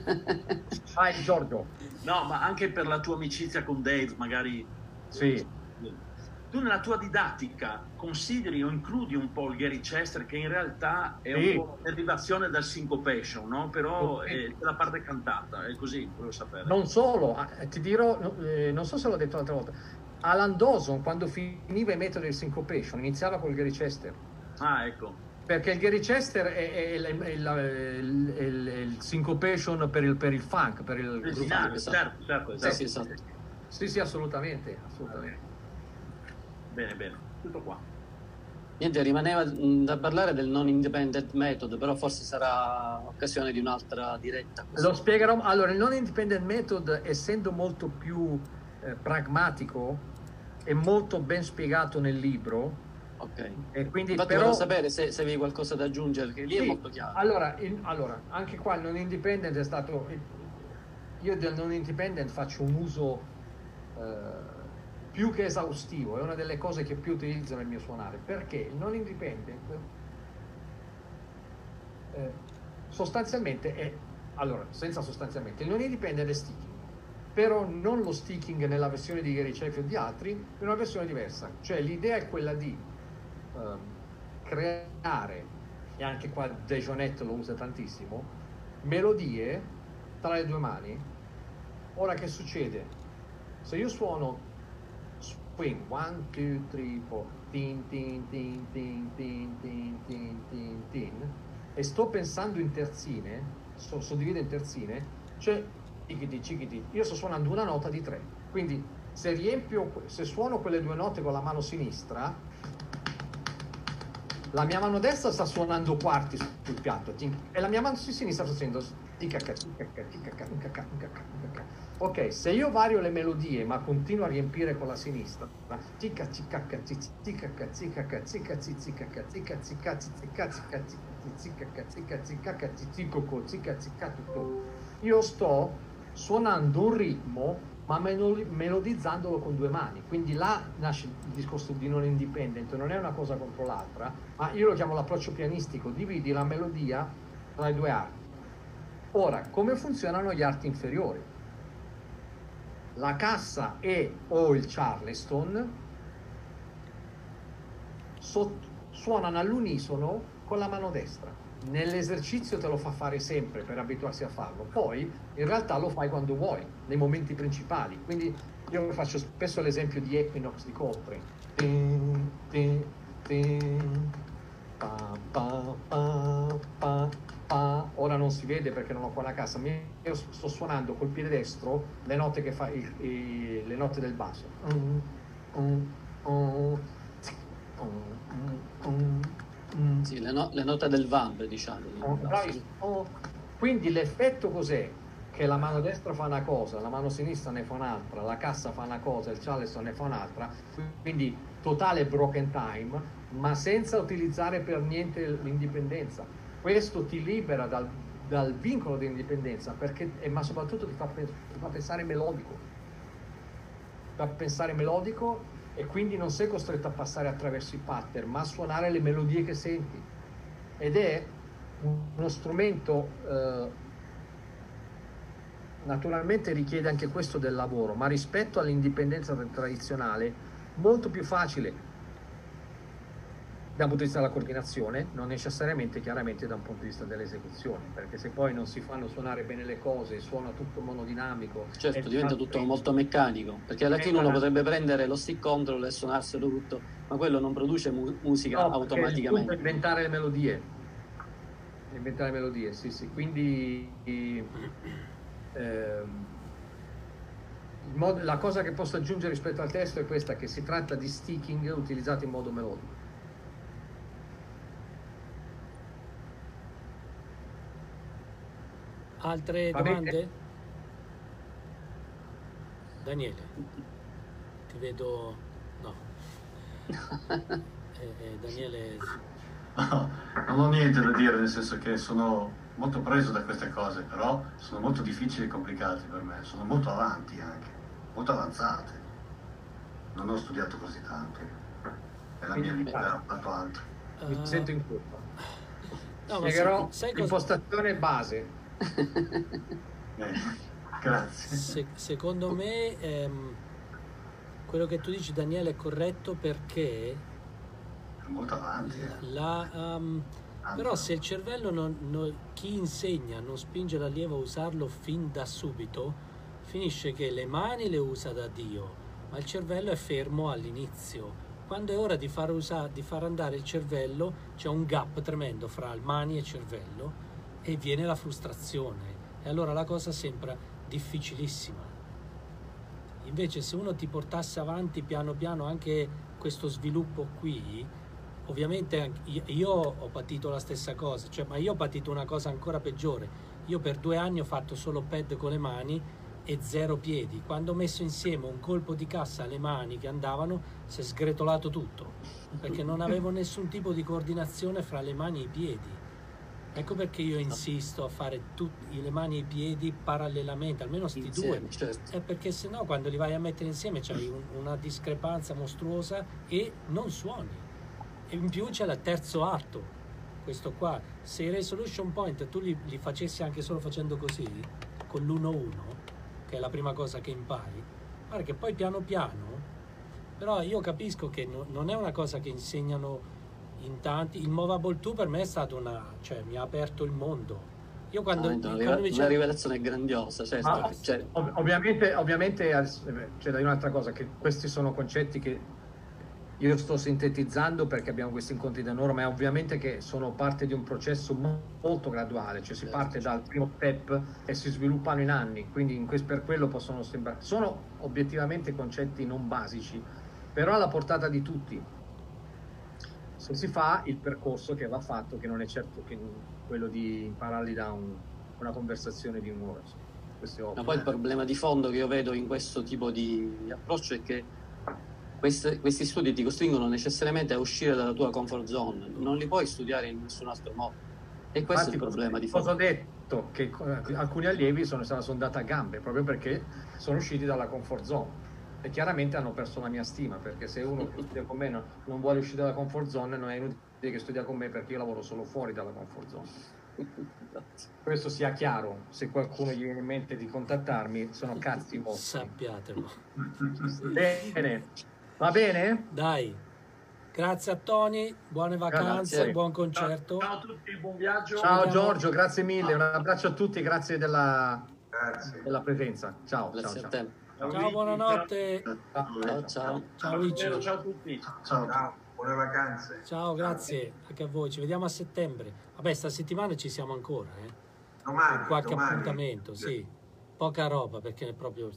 Vai Giorgio. No, ma anche per la tua amicizia con Dave, magari. Sì. Tu nella tua didattica consideri o includi un po' il Gary Chester, che in realtà è Sì. un po' una derivazione dal syncopation, no? Però Sì. è la parte cantata, è così, volevo sapere. Non solo, eh, ti dirò, eh, non so se l'ho detto l'altra volta, Alan Dawson quando finiva i metodi del syncopation iniziava col Gary Chester. Ah, ecco. perché il Gary Chester è, è, è, è, la- è il, è il- è il syncopation per il, per il funk, per il Il groove finale, funk. certo, certo, Sì, esatto. sì, esatto. Sì, sì, assolutamente, assolutamente. Bene, bene, tutto qua. Niente, rimaneva mh, da parlare del non independent method, però forse sarà occasione di un'altra diretta. Lo spiegherò. Allora, il non independent method, essendo molto più eh, pragmatico, è molto ben spiegato nel libro. Ok. E quindi, Infatti però, volevo sapere se, se avevi qualcosa da aggiungere, perché lì sì, è molto chiaro. Allora, il- allora, anche qua il non independent è stato. Io del non independent faccio un uso eh, più che esaustivo, è una delle cose che più utilizzo nel mio suonare, perché il non independent eh, sostanzialmente è. Allora, senza sostanzialmente, il non independent è sticking, però non lo sticking nella versione di Gary Sheffield o di altri, in una versione diversa. Cioè l'idea è quella di ehm, creare, e anche qua Dejonet lo usa tantissimo, melodie tra le due mani. Ora che succede? Se io suono swing one, two, three, four, tin tin tin tin tin tin tin tin tin, e sto pensando in terzine, sto suddivido in terzine, cioè cicchiti cicchiti, io sto suonando una nota di tre, quindi se riempio, se suono quelle due note con la mano sinistra, la mia mano destra sta suonando quarti sul piatto e la mia mano sinistra sta facendo ticacca, ticacca, ticacca, ticacca, ticacca, ticacca. Ok, se io vario le melodie ma continuo a riempire con la sinistra, ticca cicacca ticacca cicacca cicca cicacca cicca cicca cicca cicca cicca cicca cicca cicca cicca cicca, io sto suonando un ritmo ma melodizzandolo con due mani, quindi là nasce il discorso di non independent, non è una cosa contro l'altra, ma io lo chiamo l'approccio pianistico, dividi la melodia tra i due arti. Ora, come funzionano gli arti inferiori? La cassa e o il charleston so- suonano all'unisono con la mano destra. Nell'esercizio te lo fa fare sempre per abituarsi a farlo, poi in realtà lo fai quando vuoi, nei momenti principali. Quindi io faccio spesso l'esempio di Equinox di Coltrane. Tin, tin, tin, pa, pa, pa, pa, pa. Ora non si vede perché non ho qua la cassa, ma io sto suonando col piede destro le note che fa il- il- le note del basso. Mm, mm, mm, mm, mm, mm. Sì, le, no- le note del vamp, diciamo. Oh, bravi. Oh. Quindi l'effetto cos'è? Che la mano destra fa una cosa, la mano sinistra ne fa un'altra, la cassa fa una cosa, il charleston ne fa un'altra, quindi totale broken time, ma senza utilizzare per niente l'indipendenza. Questo ti libera dal, dal vincolo di indipendenza, perché, eh, ma soprattutto ti fa, pe- ti fa pensare melodico, ti fa pensare melodico, e quindi non sei costretto a passare attraverso i pattern, ma a suonare le melodie che senti. Ed è uno strumento, eh, naturalmente richiede anche questo del lavoro, ma rispetto all'indipendenza tradizionale, molto più facile dal punto di vista della coordinazione, non necessariamente chiaramente da un punto di vista dell'esecuzione, perché se poi non si fanno suonare bene le cose, suona tutto monodinamico. Certo, e- diventa tutto molto meccanico, perché alla fine uno Eh, potrebbe prendere lo stick control e suonarselo tutto, ma quello non produce mu- musica No, perché il punto è automaticamente. inventare le melodie. Inventare melodie, sì, sì. Quindi ehm, il mod- la cosa che posso aggiungere rispetto al testo è questa, che si tratta di sticking utilizzato in modo melodico. Altre Va bene? domande? Daniele, ti vedo... no. Eh, eh, Daniele, No, non ho niente da dire, nel senso che sono molto preso da queste cose, però sono molto difficili e complicate per me, sono molto avanti anche, molto avanzate. Non ho studiato così tanto, e la mia vita ha fatto altro. Mi eh, sento in colpa. no, ma Spiegherò sai, sai cosa- impostazione base. Eh, grazie. se- secondo me ehm, quello che tu dici, Daniele, è corretto, perché È molto avanti. eh. la, ehm, Tanto. però se il cervello non, non- chi insegna non spinge l'allievo a usarlo fin da subito, finisce che le mani le usa da Dio, ma il cervello è fermo all'inizio. quando è ora di far, usare, di far andare il cervello, c'è un gap tremendo fra mani e cervello e viene la frustrazione. E allora la cosa sembra difficilissima. Invece se uno ti portasse avanti piano piano anche questo sviluppo qui, ovviamente io ho patito la stessa cosa, cioè, ma io ho patito una cosa ancora peggiore. Io per due anni ho fatto solo pad con le mani e zero piedi. Quando ho messo insieme un colpo di cassa alle mani che andavano, si è sgretolato tutto, perché non avevo nessun tipo di coordinazione fra le mani e i piedi. Ecco perché io insisto a fare tutti le mani e i piedi parallelamente, almeno sti Insieme, due, certo. è perché sennò quando li vai a mettere insieme c'hai un, una discrepanza mostruosa e non suoni. E in più c'è il terzo atto, questo qua. Se i resolution point tu li, li facessi anche solo facendo così, con l'uno uno, che è la prima cosa che impari, guarda che poi piano piano, però io capisco che no, non è una cosa che insegnano in tanti. Il Movable due per me è stato una, cioè mi ha aperto il mondo. Io quando, Ah, no, quando una mi rive- una rivelazione grandiosa, certo. Ma, Cioè, ov- ovviamente, ovviamente eh, c'è da dire un'altra cosa, che questi sono concetti che io sto sintetizzando perché abbiamo questi incontri da loro, ma è ovviamente che sono parte di un processo mo- molto graduale, cioè si parte dal primo step e si sviluppano in anni, quindi in que- per quello possono sembrare, sono obiettivamente concetti non basici, però alla portata di tutti, se si fa il percorso che va fatto, che non è certo che quello di impararli da un- una conversazione di un'ora. Questo è ovvio. ma poi il problema di fondo che io vedo in questo tipo di approccio è che queste- questi studi ti costringono necessariamente a uscire dalla tua comfort zone, non li puoi studiare in nessun altro modo. E questo è il Infatti, problema di cosa fondo. ho detto? Che eh, alcuni allievi sono, sono andati a gambe proprio perché sono usciti dalla comfort zone e chiaramente hanno perso la mia stima, perché se uno che studia con me non, non vuole uscire dalla comfort zone, non è inutile che studia con me, perché io lavoro solo fuori dalla comfort zone. Questo sia chiaro, se qualcuno gli viene in mente di contattarmi, sono cazzi mostri. sappiatelo. Bene, va bene? Dai, grazie a Tony, buone vacanze, Grazie. buon concerto. Ciao a tutti, buon viaggio. Ciao Vediamo. Giorgio, grazie mille, un abbraccio a tutti, grazie della, Grazie. della presenza. Ciao, Grazie ciao, a ciao. te. Ciao, Ciao, Vicky. buonanotte. Ciao, Ciao, ciao. ciao. Ciao Luigi. Ciao, ciao a tutti. Ciao. Ciao, buone vacanze. Ciao, grazie anche a voi. Ci vediamo a settembre. Vabbè, sta settimana ci siamo ancora, eh. Domani, Qualche domani. appuntamento, sì. Poca roba perché è proprio.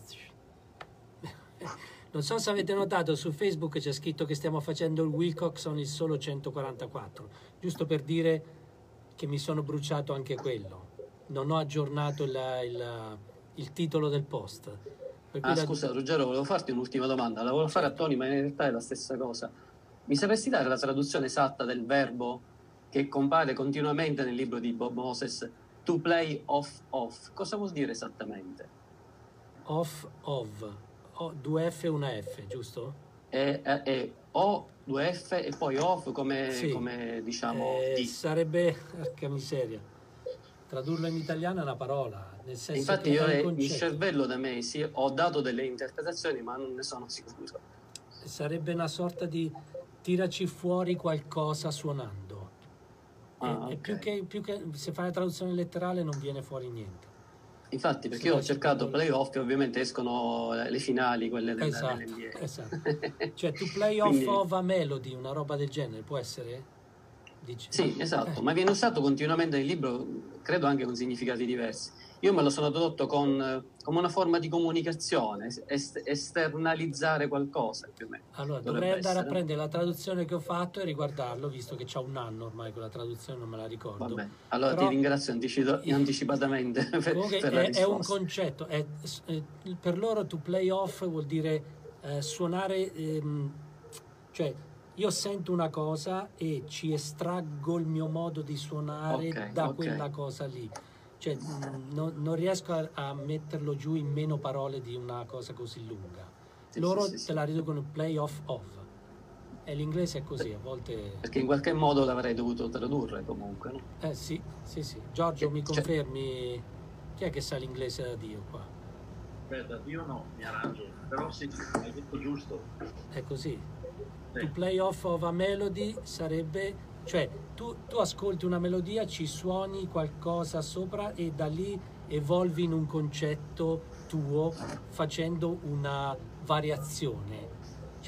Non so se avete notato, su Facebook c'è scritto che stiamo facendo il Wilcoxon il solo centoquarantaquattro, giusto per dire che mi sono bruciato anche quello. Non ho aggiornato il, il- il titolo del post. Per cui Ah, la- scusa Ruggero, volevo farti un'ultima domanda, la volevo fare a Tony, ma in realtà è la stessa cosa. Mi sapresti dare la traduzione esatta del verbo che compare continuamente nel libro di Bob Moses, to play off off? Cosa vuol dire esattamente? Off, of, o, due F e una F, giusto? È, è- è O, due F e poi off come, Sì. come diciamo Eh, di. sarebbe, porca miseria, tradurlo in italiano è una parola, nel senso Infatti che io è un il concetto. cervello da me sì, ho dato delle interpretazioni ma non ne sono sicuro. Sarebbe una sorta di tiraci fuori qualcosa suonando. Ah, E- e ok. più, che, più che se fai la traduzione letterale non viene fuori niente. Infatti perché Sì, io ho sì, cercato sì. playoff e ovviamente escono le le finali, quelle del, Esatto, dell'N B A. esatto. Cioè tu play off Quindi- of a melody, una roba del genere, può essere? Dici? Sì, esatto, Eh, ma viene usato continuamente nel libro, credo anche con significati diversi. Io me lo sono tradotto con, eh, come una forma di comunicazione, est- esternalizzare qualcosa più o meno. Allora Dovrebbe dovrei andare essere. a prendere la traduzione che ho fatto e riguardarlo, visto che c'ha un anno ormai quella traduzione, non me la ricordo. Vabbè, allora Però- ti ringrazio anticido- anticipatamente per, Comunque per la è, è un risposta. concetto, è- è- per loro to play off vuol dire eh, suonare, ehm, cioè io sento una cosa e ci estraggo il mio modo di suonare Ok, da ok. quella cosa lì. Cioè mh, non, non riesco a, a metterlo giù in meno parole di una cosa così lunga. Sì, Loro sì, sì, sì. te la riducono play off off. E l'inglese è così, a volte... Perché in qualche modo l'avrei dovuto tradurre comunque, no? Eh sì, sì, sì. Giorgio, mi Cioè- confermi? Chi è che sa l'inglese da Dio qua? Aspetta, io no, mi arrangio. Però sì, hai detto giusto. È così. Sì. To play off of a melody sarebbe, cioè tu, tu ascolti una melodia, ci suoni qualcosa sopra e da lì evolvi in un concetto tuo facendo una variazione.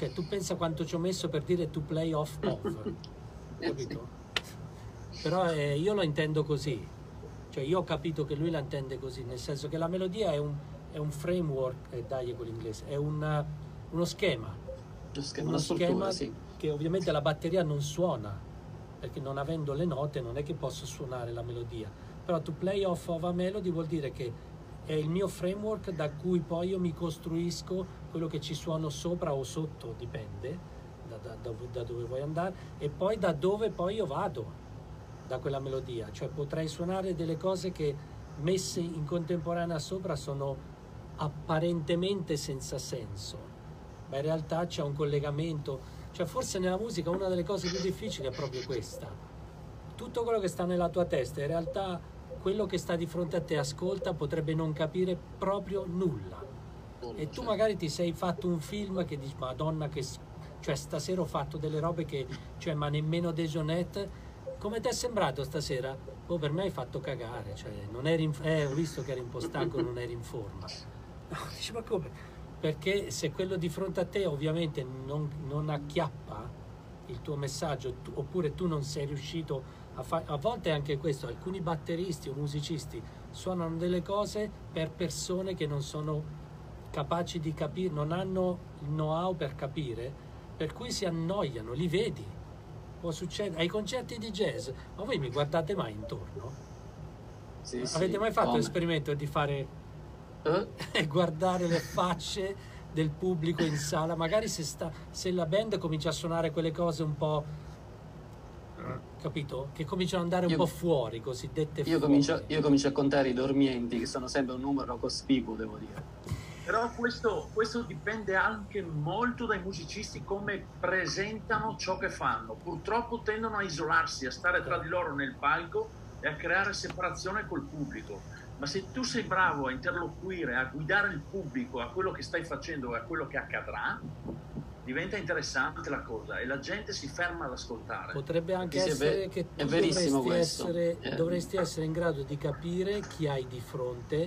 Cioè, tu pensa quanto ci ho messo per dire to play off off, capito? Però eh, io lo intendo così, cioè io ho capito che lui la intende così, nel senso che la melodia è un, è un framework, eh, dai con l'inglese, è una, uno schema, Lo schema, uno una struttura, schema sì. che ovviamente la batteria non suona, perché non avendo le note non è che posso suonare la melodia, però to play off of a melody vuol dire che è il mio framework da cui poi io mi costruisco quello che ci suono sopra o sotto, dipende da, da, da, da dove vuoi andare, e poi da dove poi io vado da quella melodia, cioè potrei suonare delle cose che messe in contemporanea sopra sono apparentemente senza senso, ma in realtà c'è un collegamento. Cioè forse nella musica una delle cose più difficili è proprio questa. Tutto quello che sta nella tua testa, in realtà quello che sta di fronte a te ascolta potrebbe non capire proprio nulla. E tu magari ti sei fatto un film che dici, Madonna, che cioè stasera ho fatto delle robe che, cioè, ma nemmeno Dejonet. Come ti è sembrato stasera? Oh, per me hai fatto cagare, cioè non eri in, eh, ho visto che eri un po' stanco, non eri in forma. No, dici, ma come? Perché se quello di fronte a te ovviamente non, non acchiappa il tuo messaggio, tu, oppure tu non sei riuscito a fare, a volte è anche questo, alcuni batteristi o musicisti suonano delle cose per persone che non sono capaci di capire, non hanno il know-how per capire, per cui si annoiano, li vedi, può succedere, ai concerti di jazz, ma voi mi guardate mai intorno? Sì, Avete sì, mai fatto come? l'esperimento di fare Eh? e guardare le facce del pubblico in sala, magari se, sta, se la band comincia a suonare quelle cose un po', capito? Che cominciano ad andare un Io- po' fuori, cosiddette Io fuori. comincio, io comincio a contare i dormienti, che sono sempre un numero cospicuo, devo dire. Però questo, questo dipende anche molto dai musicisti come presentano ciò che fanno. Purtroppo tendono a isolarsi, a stare tra di loro nel palco e a creare separazione col pubblico. Ma se tu sei bravo a interloquire, a guidare il pubblico a quello che stai facendo e a quello che accadrà, diventa interessante la cosa e la gente si ferma ad ascoltare. Potrebbe anche Sì, sì, è essere ver- che è tu verissimo dovresti questo. essere, Eh. dovresti essere in grado di capire chi hai di fronte,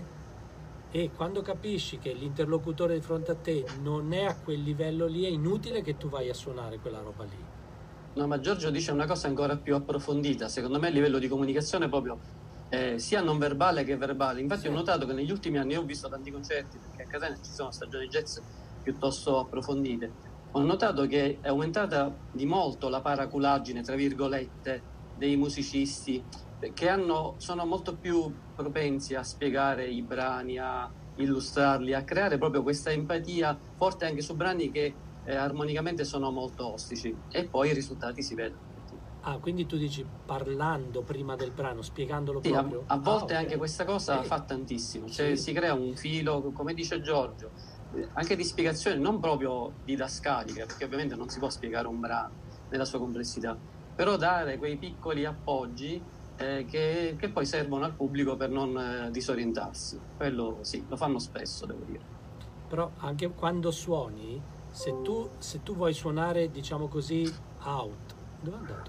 e quando capisci che l'interlocutore di fronte a te non è a quel livello lì, è inutile che tu vai a suonare quella roba lì. No, ma Giorgio dice una cosa ancora più approfondita, secondo me a livello di comunicazione proprio eh, sia non verbale che verbale. Infatti Sì. ho notato che negli ultimi anni, io ho visto tanti concerti, perché a Catania ci sono stagioni jazz piuttosto approfondite, ho notato che è aumentata di molto la paraculaggine, tra virgolette, dei musicisti, che hanno, sono molto più propensi a spiegare i brani, a illustrarli, a creare proprio questa empatia forte anche su brani che eh, armonicamente sono molto ostici, e poi i risultati si vedono. Ah, quindi tu dici parlando prima del brano, spiegandolo Sì, a, proprio? a volte Ah, ok. anche questa cosa Sì. fa tantissimo, cioè Sì. si crea un filo, come dice Giorgio, eh, anche di spiegazione, non proprio didascalica, perché ovviamente non si può spiegare un brano nella sua complessità, però dare quei piccoli appoggi eh, che, che poi servono al pubblico per non eh, disorientarsi. Quello sì, lo fanno spesso, devo dire. Però anche quando suoni, se tu, se tu vuoi suonare, diciamo così, out, dove è andato?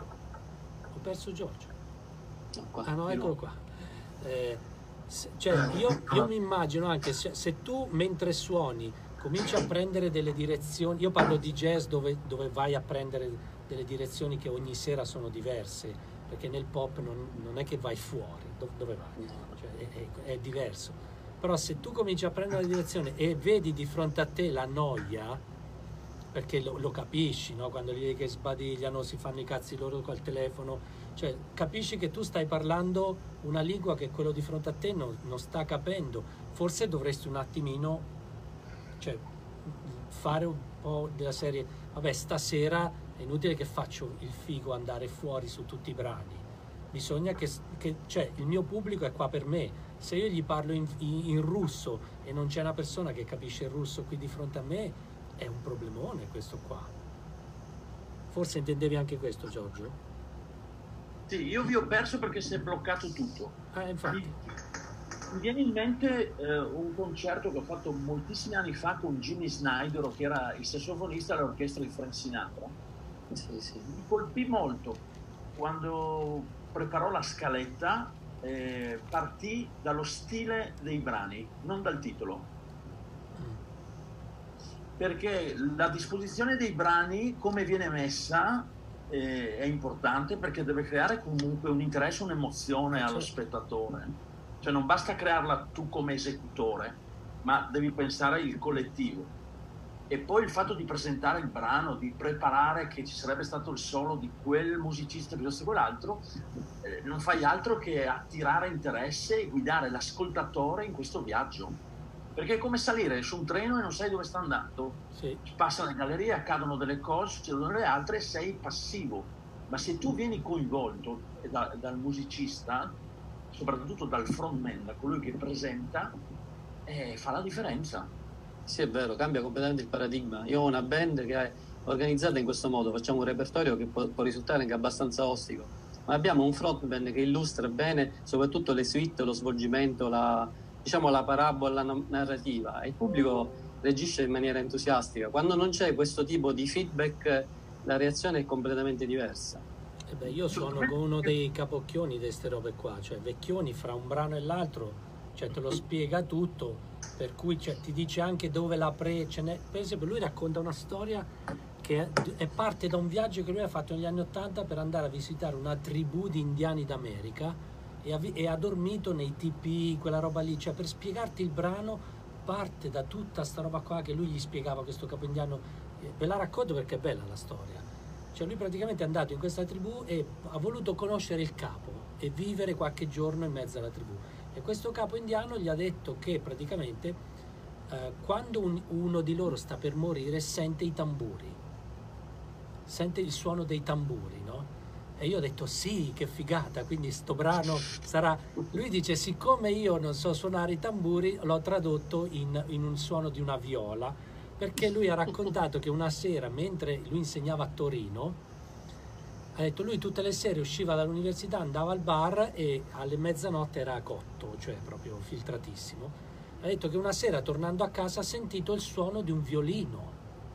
Ho perso Giorgio. No, qua, Ah no, di eccolo nuovo. qua. Eh, se- cioè, io, io mi immagino anche se, se tu mentre suoni cominci a prendere delle direzioni, io parlo di jazz dove, dove vai a prendere delle direzioni che ogni sera sono diverse, perché nel pop non, non è che vai fuori, dove, dove vai? Cioè, è, è- è diverso. Però se tu cominci a prendere la direzione e vedi di fronte a te la noia, perché lo, lo capisci, no? Quando gli che sbadigliano, si fanno i cazzi loro col telefono, cioè capisci che tu stai parlando una lingua che quello di fronte a te non, non sta capendo. Forse dovresti un attimino, cioè, fare un po' della serie, vabbè, stasera è inutile che faccio il figo andare fuori su tutti i brani, bisogna che, che cioè, il mio pubblico è qua per me. Se io gli parlo in, in, in russo e non c'è una persona che capisce il russo qui di fronte a me, è un problemone questo qua. Forse intendevi anche questo, Giorgio? Sì, io vi ho perso perché si è bloccato tutto. Ah, infatti. Mi viene in mente eh, un concerto che ho fatto moltissimi anni fa con Jimmy Snyder, che era il sassofonista all'orchestra di Frank Sinatra. Sì, sì. Mi colpì molto quando preparò la scaletta, eh, partì dallo stile dei brani, non dal titolo. perché la disposizione dei brani, come viene messa, eh, è importante, perché deve creare comunque un interesse, un'emozione allo spettatore. Cioè non basta crearla tu come esecutore, ma devi pensare il collettivo. E poi il fatto di presentare il brano, di preparare che ci sarebbe stato il solo di quel musicista piuttosto che quell'altro, eh, non fai altro che attirare interesse e guidare l'ascoltatore in questo viaggio. Perché è come salire su un treno e non sai dove sta andando. Sì. Passano le gallerie, accadono delle cose, succedono le altre, sei passivo. Ma se tu vieni coinvolto da, dal musicista, soprattutto dal frontman, da colui che presenta, eh, fa la differenza. Sì, è vero, cambia completamente il paradigma. Io ho una band che è organizzata in questo modo, facciamo un repertorio che può, può risultare anche abbastanza ostico, ma abbiamo un frontman che illustra bene soprattutto le suite, lo svolgimento, la, diciamo la parabola narrativa, e il pubblico reagisce in maniera entusiastica. Quando non c'è questo tipo di feedback, la reazione è completamente diversa. Eh beh, io sono con uno dei capocchioni di queste robe qua, cioè Vecchioni fra un brano e l'altro, cioè te lo spiega tutto, per cui cioè, ti dice anche dove la pre... Ce n'è. Per esempio lui racconta una storia che è, è parte da un viaggio che lui ha fatto negli anni Ottanta per andare a visitare una tribù di indiani d'America e ha, e ha dormito nei tipi, quella roba lì, cioè per spiegarti il brano parte da tutta sta roba qua che lui gli spiegava, questo capo indiano. Eh, ve la racconto perché è bella la storia. Cioè lui praticamente è andato in questa tribù e ha voluto conoscere il capo e vivere qualche giorno in mezzo alla tribù. E questo capo indiano gli ha detto che praticamente eh, quando un, uno di loro sta per morire sente i tamburi, sente il suono dei tamburi, no? E io ho detto sì, che figata, quindi sto brano sarà... Lui dice, siccome io non so suonare i tamburi, l'ho tradotto in, in un suono di una viola, perché lui ha raccontato che una sera, mentre lui insegnava a Torino, ha detto lui tutte le sere usciva dall'università, andava al bar e alle mezzanotte era cotto, cioè proprio filtratissimo. Ha detto che una sera tornando a casa ha sentito il suono di un violino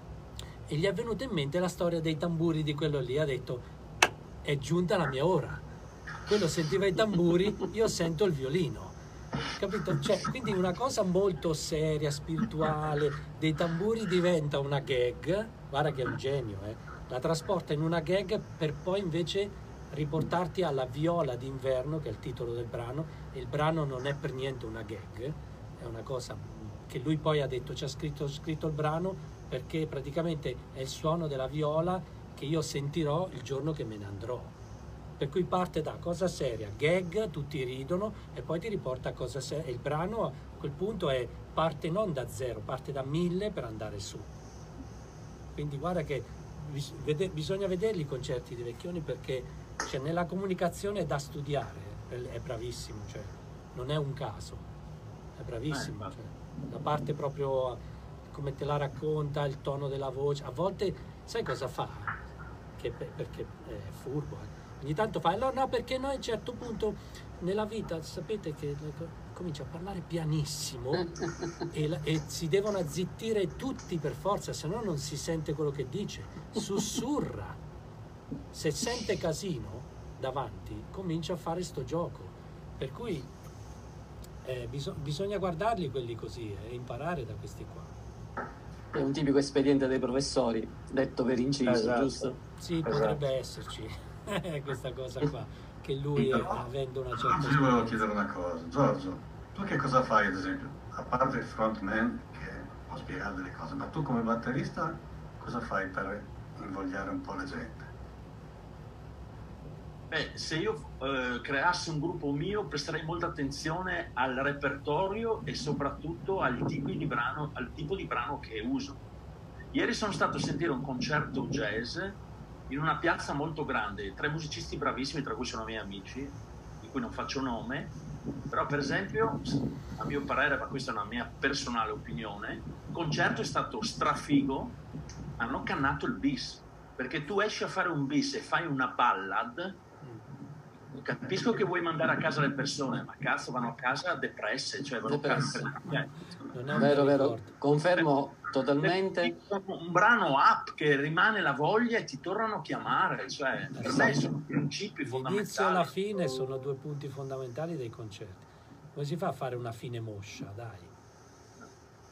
e gli è venuta in mente la storia dei tamburi di quello lì. Ha detto è giunta la mia ora, quello sentiva i tamburi, io sento il violino, capito? Cioè, quindi una cosa molto seria, spirituale, dei tamburi diventa una gag, guarda che è un genio, eh? La trasporta in una gag per poi invece riportarti alla Viola d'inverno, che è il titolo del brano, e il brano non è per niente una gag, è una cosa che lui poi ha detto, ci ha scritto, scritto il brano perché praticamente è il suono della viola che io sentirò il giorno che me ne andrò. Per cui parte da cosa seria, gag, tutti ridono e poi ti riporta a cosa seria. E il brano a quel punto è, parte non da zero, parte da mille per andare su. Quindi guarda che bisogna vederli i concerti di Vecchioni, perché cioè, nella comunicazione è da studiare, è bravissimo, cioè, non è un caso, è bravissimo, cioè, la parte proprio come te la racconta, il tono della voce, a volte sai cosa fa? Che, perché è furbo, eh. Ogni tanto fa, no, no, perché noi a un certo punto nella vita sapete che comincia a parlare pianissimo e, la, e si devono azzittire tutti per forza, se no non si sente quello che dice, sussurra, se sente casino davanti comincia a fare sto gioco, per cui eh, bis- bisogna guardarli quelli così e imparare da questi qua. È un tipico espediente dei professori, detto per inciso, esatto. Giusto? Sì, esatto. Potrebbe esserci questa cosa qua, che lui no, avendo una certa... Io volevo chiedere una cosa, Giorgio, tu che cosa fai ad esempio? A parte il frontman che può spiegare delle cose, ma tu come batterista cosa fai per invogliare un po' la gente? Beh, se io eh, creassi un gruppo mio presterei molta attenzione al repertorio e soprattutto al tipo di brano, al tipo di brano che uso. Ieri sono stato a sentire un concerto jazz in una piazza molto grande, tre musicisti bravissimi, tra cui sono miei amici, di cui non faccio nome, però per esempio, a mio parere, ma questa è una mia personale opinione, il concerto è stato strafigo, hanno cannato il bis, perché tu esci a fare un bis e fai una ballad, capisco che vuoi mandare a casa le persone, ma cazzo vanno a casa depresse, cioè vanno depresse. a casa, non vero, vero, confermo totalmente. Un brano up che rimane la voglia e ti tornano a chiamare, cioè per me sono principi fondamentali. L'inizio e la fine sono due punti fondamentali dei concerti. Come si fa a fare una fine moscia, dai? Eh.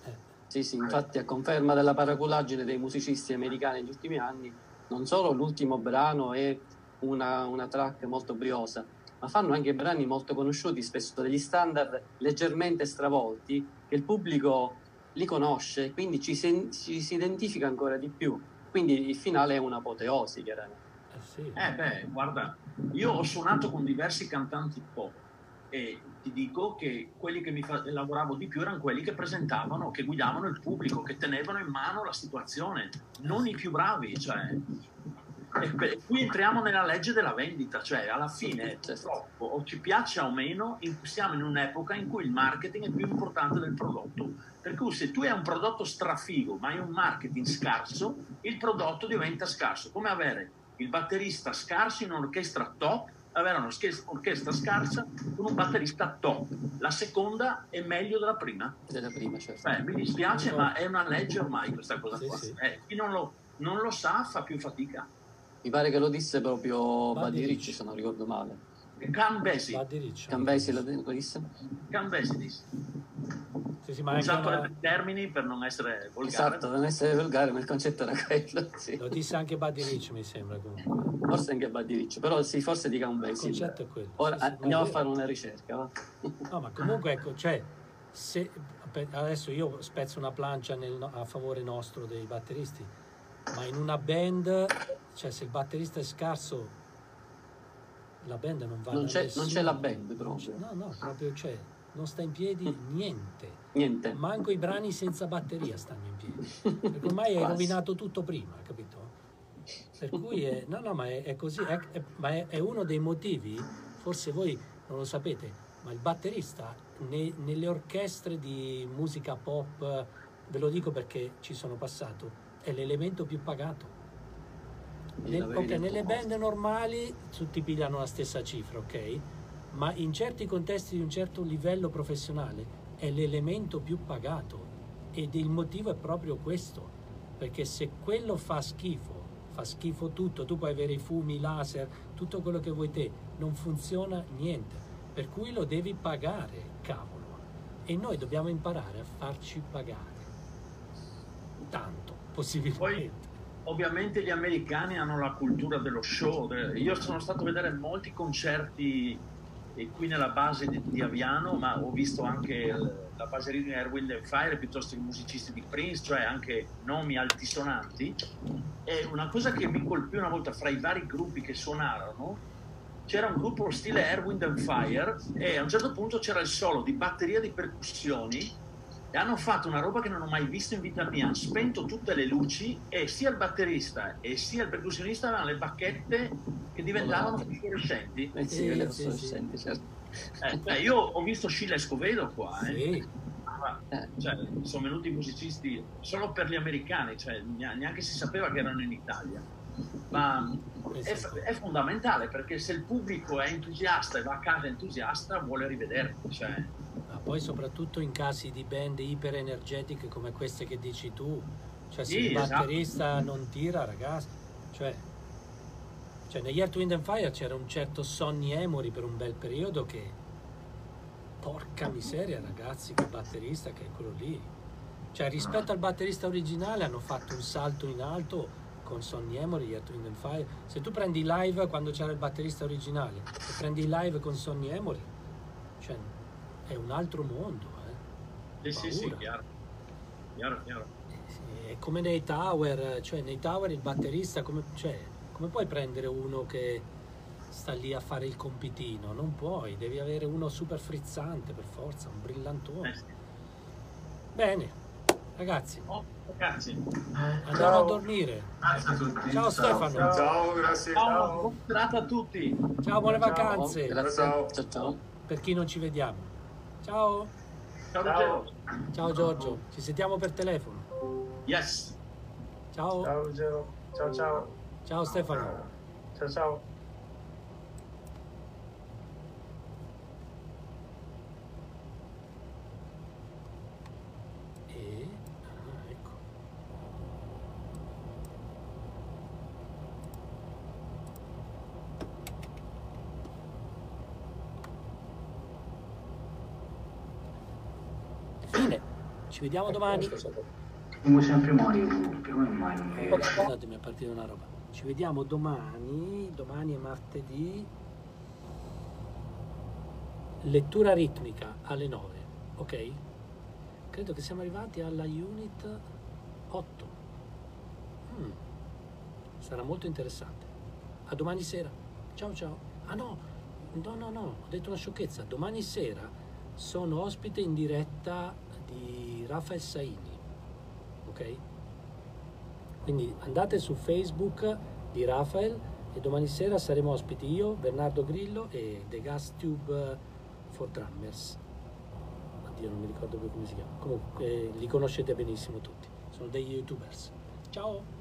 Sì, sì, infatti a conferma della paraculaggine dei musicisti americani negli ultimi anni, non solo l'ultimo brano è una, una track molto briosa, ma fanno anche brani molto conosciuti, spesso degli standard leggermente stravolti, che il pubblico li conosce, quindi ci, sen- ci si identifica ancora di più. Quindi il finale è un'apoteosi, chiaramente. Eh sì. Eh beh, guarda, io ho suonato con diversi cantanti pop e ti dico che quelli che mi fa- lavoravo di più erano quelli che presentavano, che guidavano il pubblico, che tenevano in mano la situazione, non i più bravi, cioè. E beh, qui entriamo nella legge della vendita, cioè alla fine, purtroppo, o ci piaccia o meno, in- siamo in un'epoca in cui il marketing è più importante del prodotto. Per cui se tu hai un prodotto strafigo ma hai un marketing scarso, il prodotto diventa scarso. Come avere il batterista scarso in un'orchestra top, avere un'orchestra scarsa con un batterista top. La seconda è meglio della prima. Della prima, certo. Eh, mi dispiace, ma è una legge ormai questa cosa Sì, qua. sì. Eh, chi non lo, non lo sa fa più fatica. Mi pare che lo disse proprio Buddy Buddy Rich. Rich, se non ricordo male. Can Besi, Buddy Rich. Cambesi lo lo disse? Can Besi disse. Sì, sì, ma Ho anche usato una- altri termini per non essere volgare. Esatto, non essere volgare, ma il concetto era quello, sì. lo disse anche Buddy Rich, mi sembra. Comunque. Forse anche Buddy Rich, però sì, forse di Il Cambesi. concetto è quello. Ora Sì, sì, ma è andiamo a vero. fare una ricerca, va? No, ma comunque ecco, cioè, se, adesso io spezzo una plancia nel- a favore nostro dei batteristi, ma in una band, cioè se il batterista è scarso, la band non va Non da c'è, nessuno. non c'è la band Non c'è- proprio. No, no, proprio c'è, non sta in piedi niente. Niente. Manco i brani senza batteria stanno in piedi. Perché ormai hai Quasi. rovinato tutto prima, capito? Per cui è, no, no, ma è, è così, è, è- ma è, è uno dei motivi, forse voi non lo sapete, ma il batterista ne- nelle orchestre di musica pop, eh, ve lo dico perché ci sono passato, è l'elemento più pagato. Nel- L'avevi ok, detto nelle forte. band normali tutti pigliano la stessa cifra, ok? Ma in certi contesti di un certo livello professionale è l'elemento più pagato ed il motivo è proprio questo, perché se quello fa schifo, fa schifo tutto, tu puoi avere i fumi, i laser, tutto quello che vuoi te, non funziona niente, per cui lo devi pagare, cavolo, e noi dobbiamo imparare a farci pagare, tanto, possibilmente. Poi ovviamente gli americani hanno la cultura dello show. Io sono stato a vedere molti concerti eh, qui nella base di, di Aviano, ma ho visto anche il- la base di Air, Wind and Fire piuttosto che i musicisti di Prince, cioè anche nomi altisonanti. E una cosa che mi colpì una volta fra i vari gruppi che suonarono, c'era un gruppo stile Air, Wind and Fire e a un certo punto c'era il solo di batteria di percussioni e hanno fatto una roba che non ho mai visto in vita mia. Hanno spento tutte le luci e sia il batterista e sia il percussionista avevano le bacchette che diventavano fluorescenti. Eh sì, Sì, quelle sì, fluorescenti, certo. Eh, cioè, io ho visto Scilla Escovedo qua, eh. Sì, Ma, Eh. cioè, sono venuti musicisti solo per gli americani, cioè, ne- neanche si sapeva che erano in Italia. Ma è, è fondamentale perché se il pubblico è entusiasta e va a casa entusiasta vuole rivederti. Cioè, ma poi soprattutto in casi di band iperenergetiche come queste che dici tu, cioè se Sì, il esatto. batterista non tira, ragazzi, cioè, cioè negli Earth, Wind and Fire c'era un certo Sonny Emory per un bel periodo che, porca miseria ragazzi, che batterista che è quello lì, cioè rispetto al batterista originale hanno fatto un salto in alto con Sonny Emory, gli Earth, Wind and Fire. Se tu prendi live quando c'era il batterista originale e prendi live con Sonny Emory, cioè è un altro mondo, eh. sì, sì, sì, Paura. chiaro. Chiaro, chiaro. È come nei Tower, cioè nei Tower il batterista, come, cioè, come puoi prendere uno che sta lì a fare il compitino? Non puoi, devi avere uno super frizzante per forza, un brillantone. Eh, sì. Bene, ragazzi, Oh, ragazzi, andiamo a dormire. Grazie a tutti. Ciao Stefano, ciao, Ciao, grazie. ciao, buona serata a tutti. buone vacanze, Grazie. Ciao. Ciao ciao. per chi non ci vediamo. Ciao, Ciao, Ruggero. ciao Giorgio, ci sentiamo per telefono. Yes. Ciao, Ciao Ruggero, ciao ciao, ciao Stefano. ciao ciao. E, ah, ecco. Fine. Ci vediamo domani. Siamo sempre muori, come mai non mi... Oh, scusate, mi è partita una roba. Ci vediamo domani, domani è martedì. Lettura ritmica alle nove, ok? Credo che siamo arrivati alla unit otto. Mm. Sarà molto interessante. A domani sera. Ciao ciao. Ah no, no, no, no, ho detto una sciocchezza. Domani sera sono ospite in diretta di Rafael Saini, ok? Quindi andate su Facebook di Rafael e domani sera saremo ospiti io, Bernardo Grillo e The Gas Tube for Drummers. Oddio, non mi ricordo più come si chiama. Comunque eh, li conoscete benissimo tutti. Sono degli youtubers. Ciao!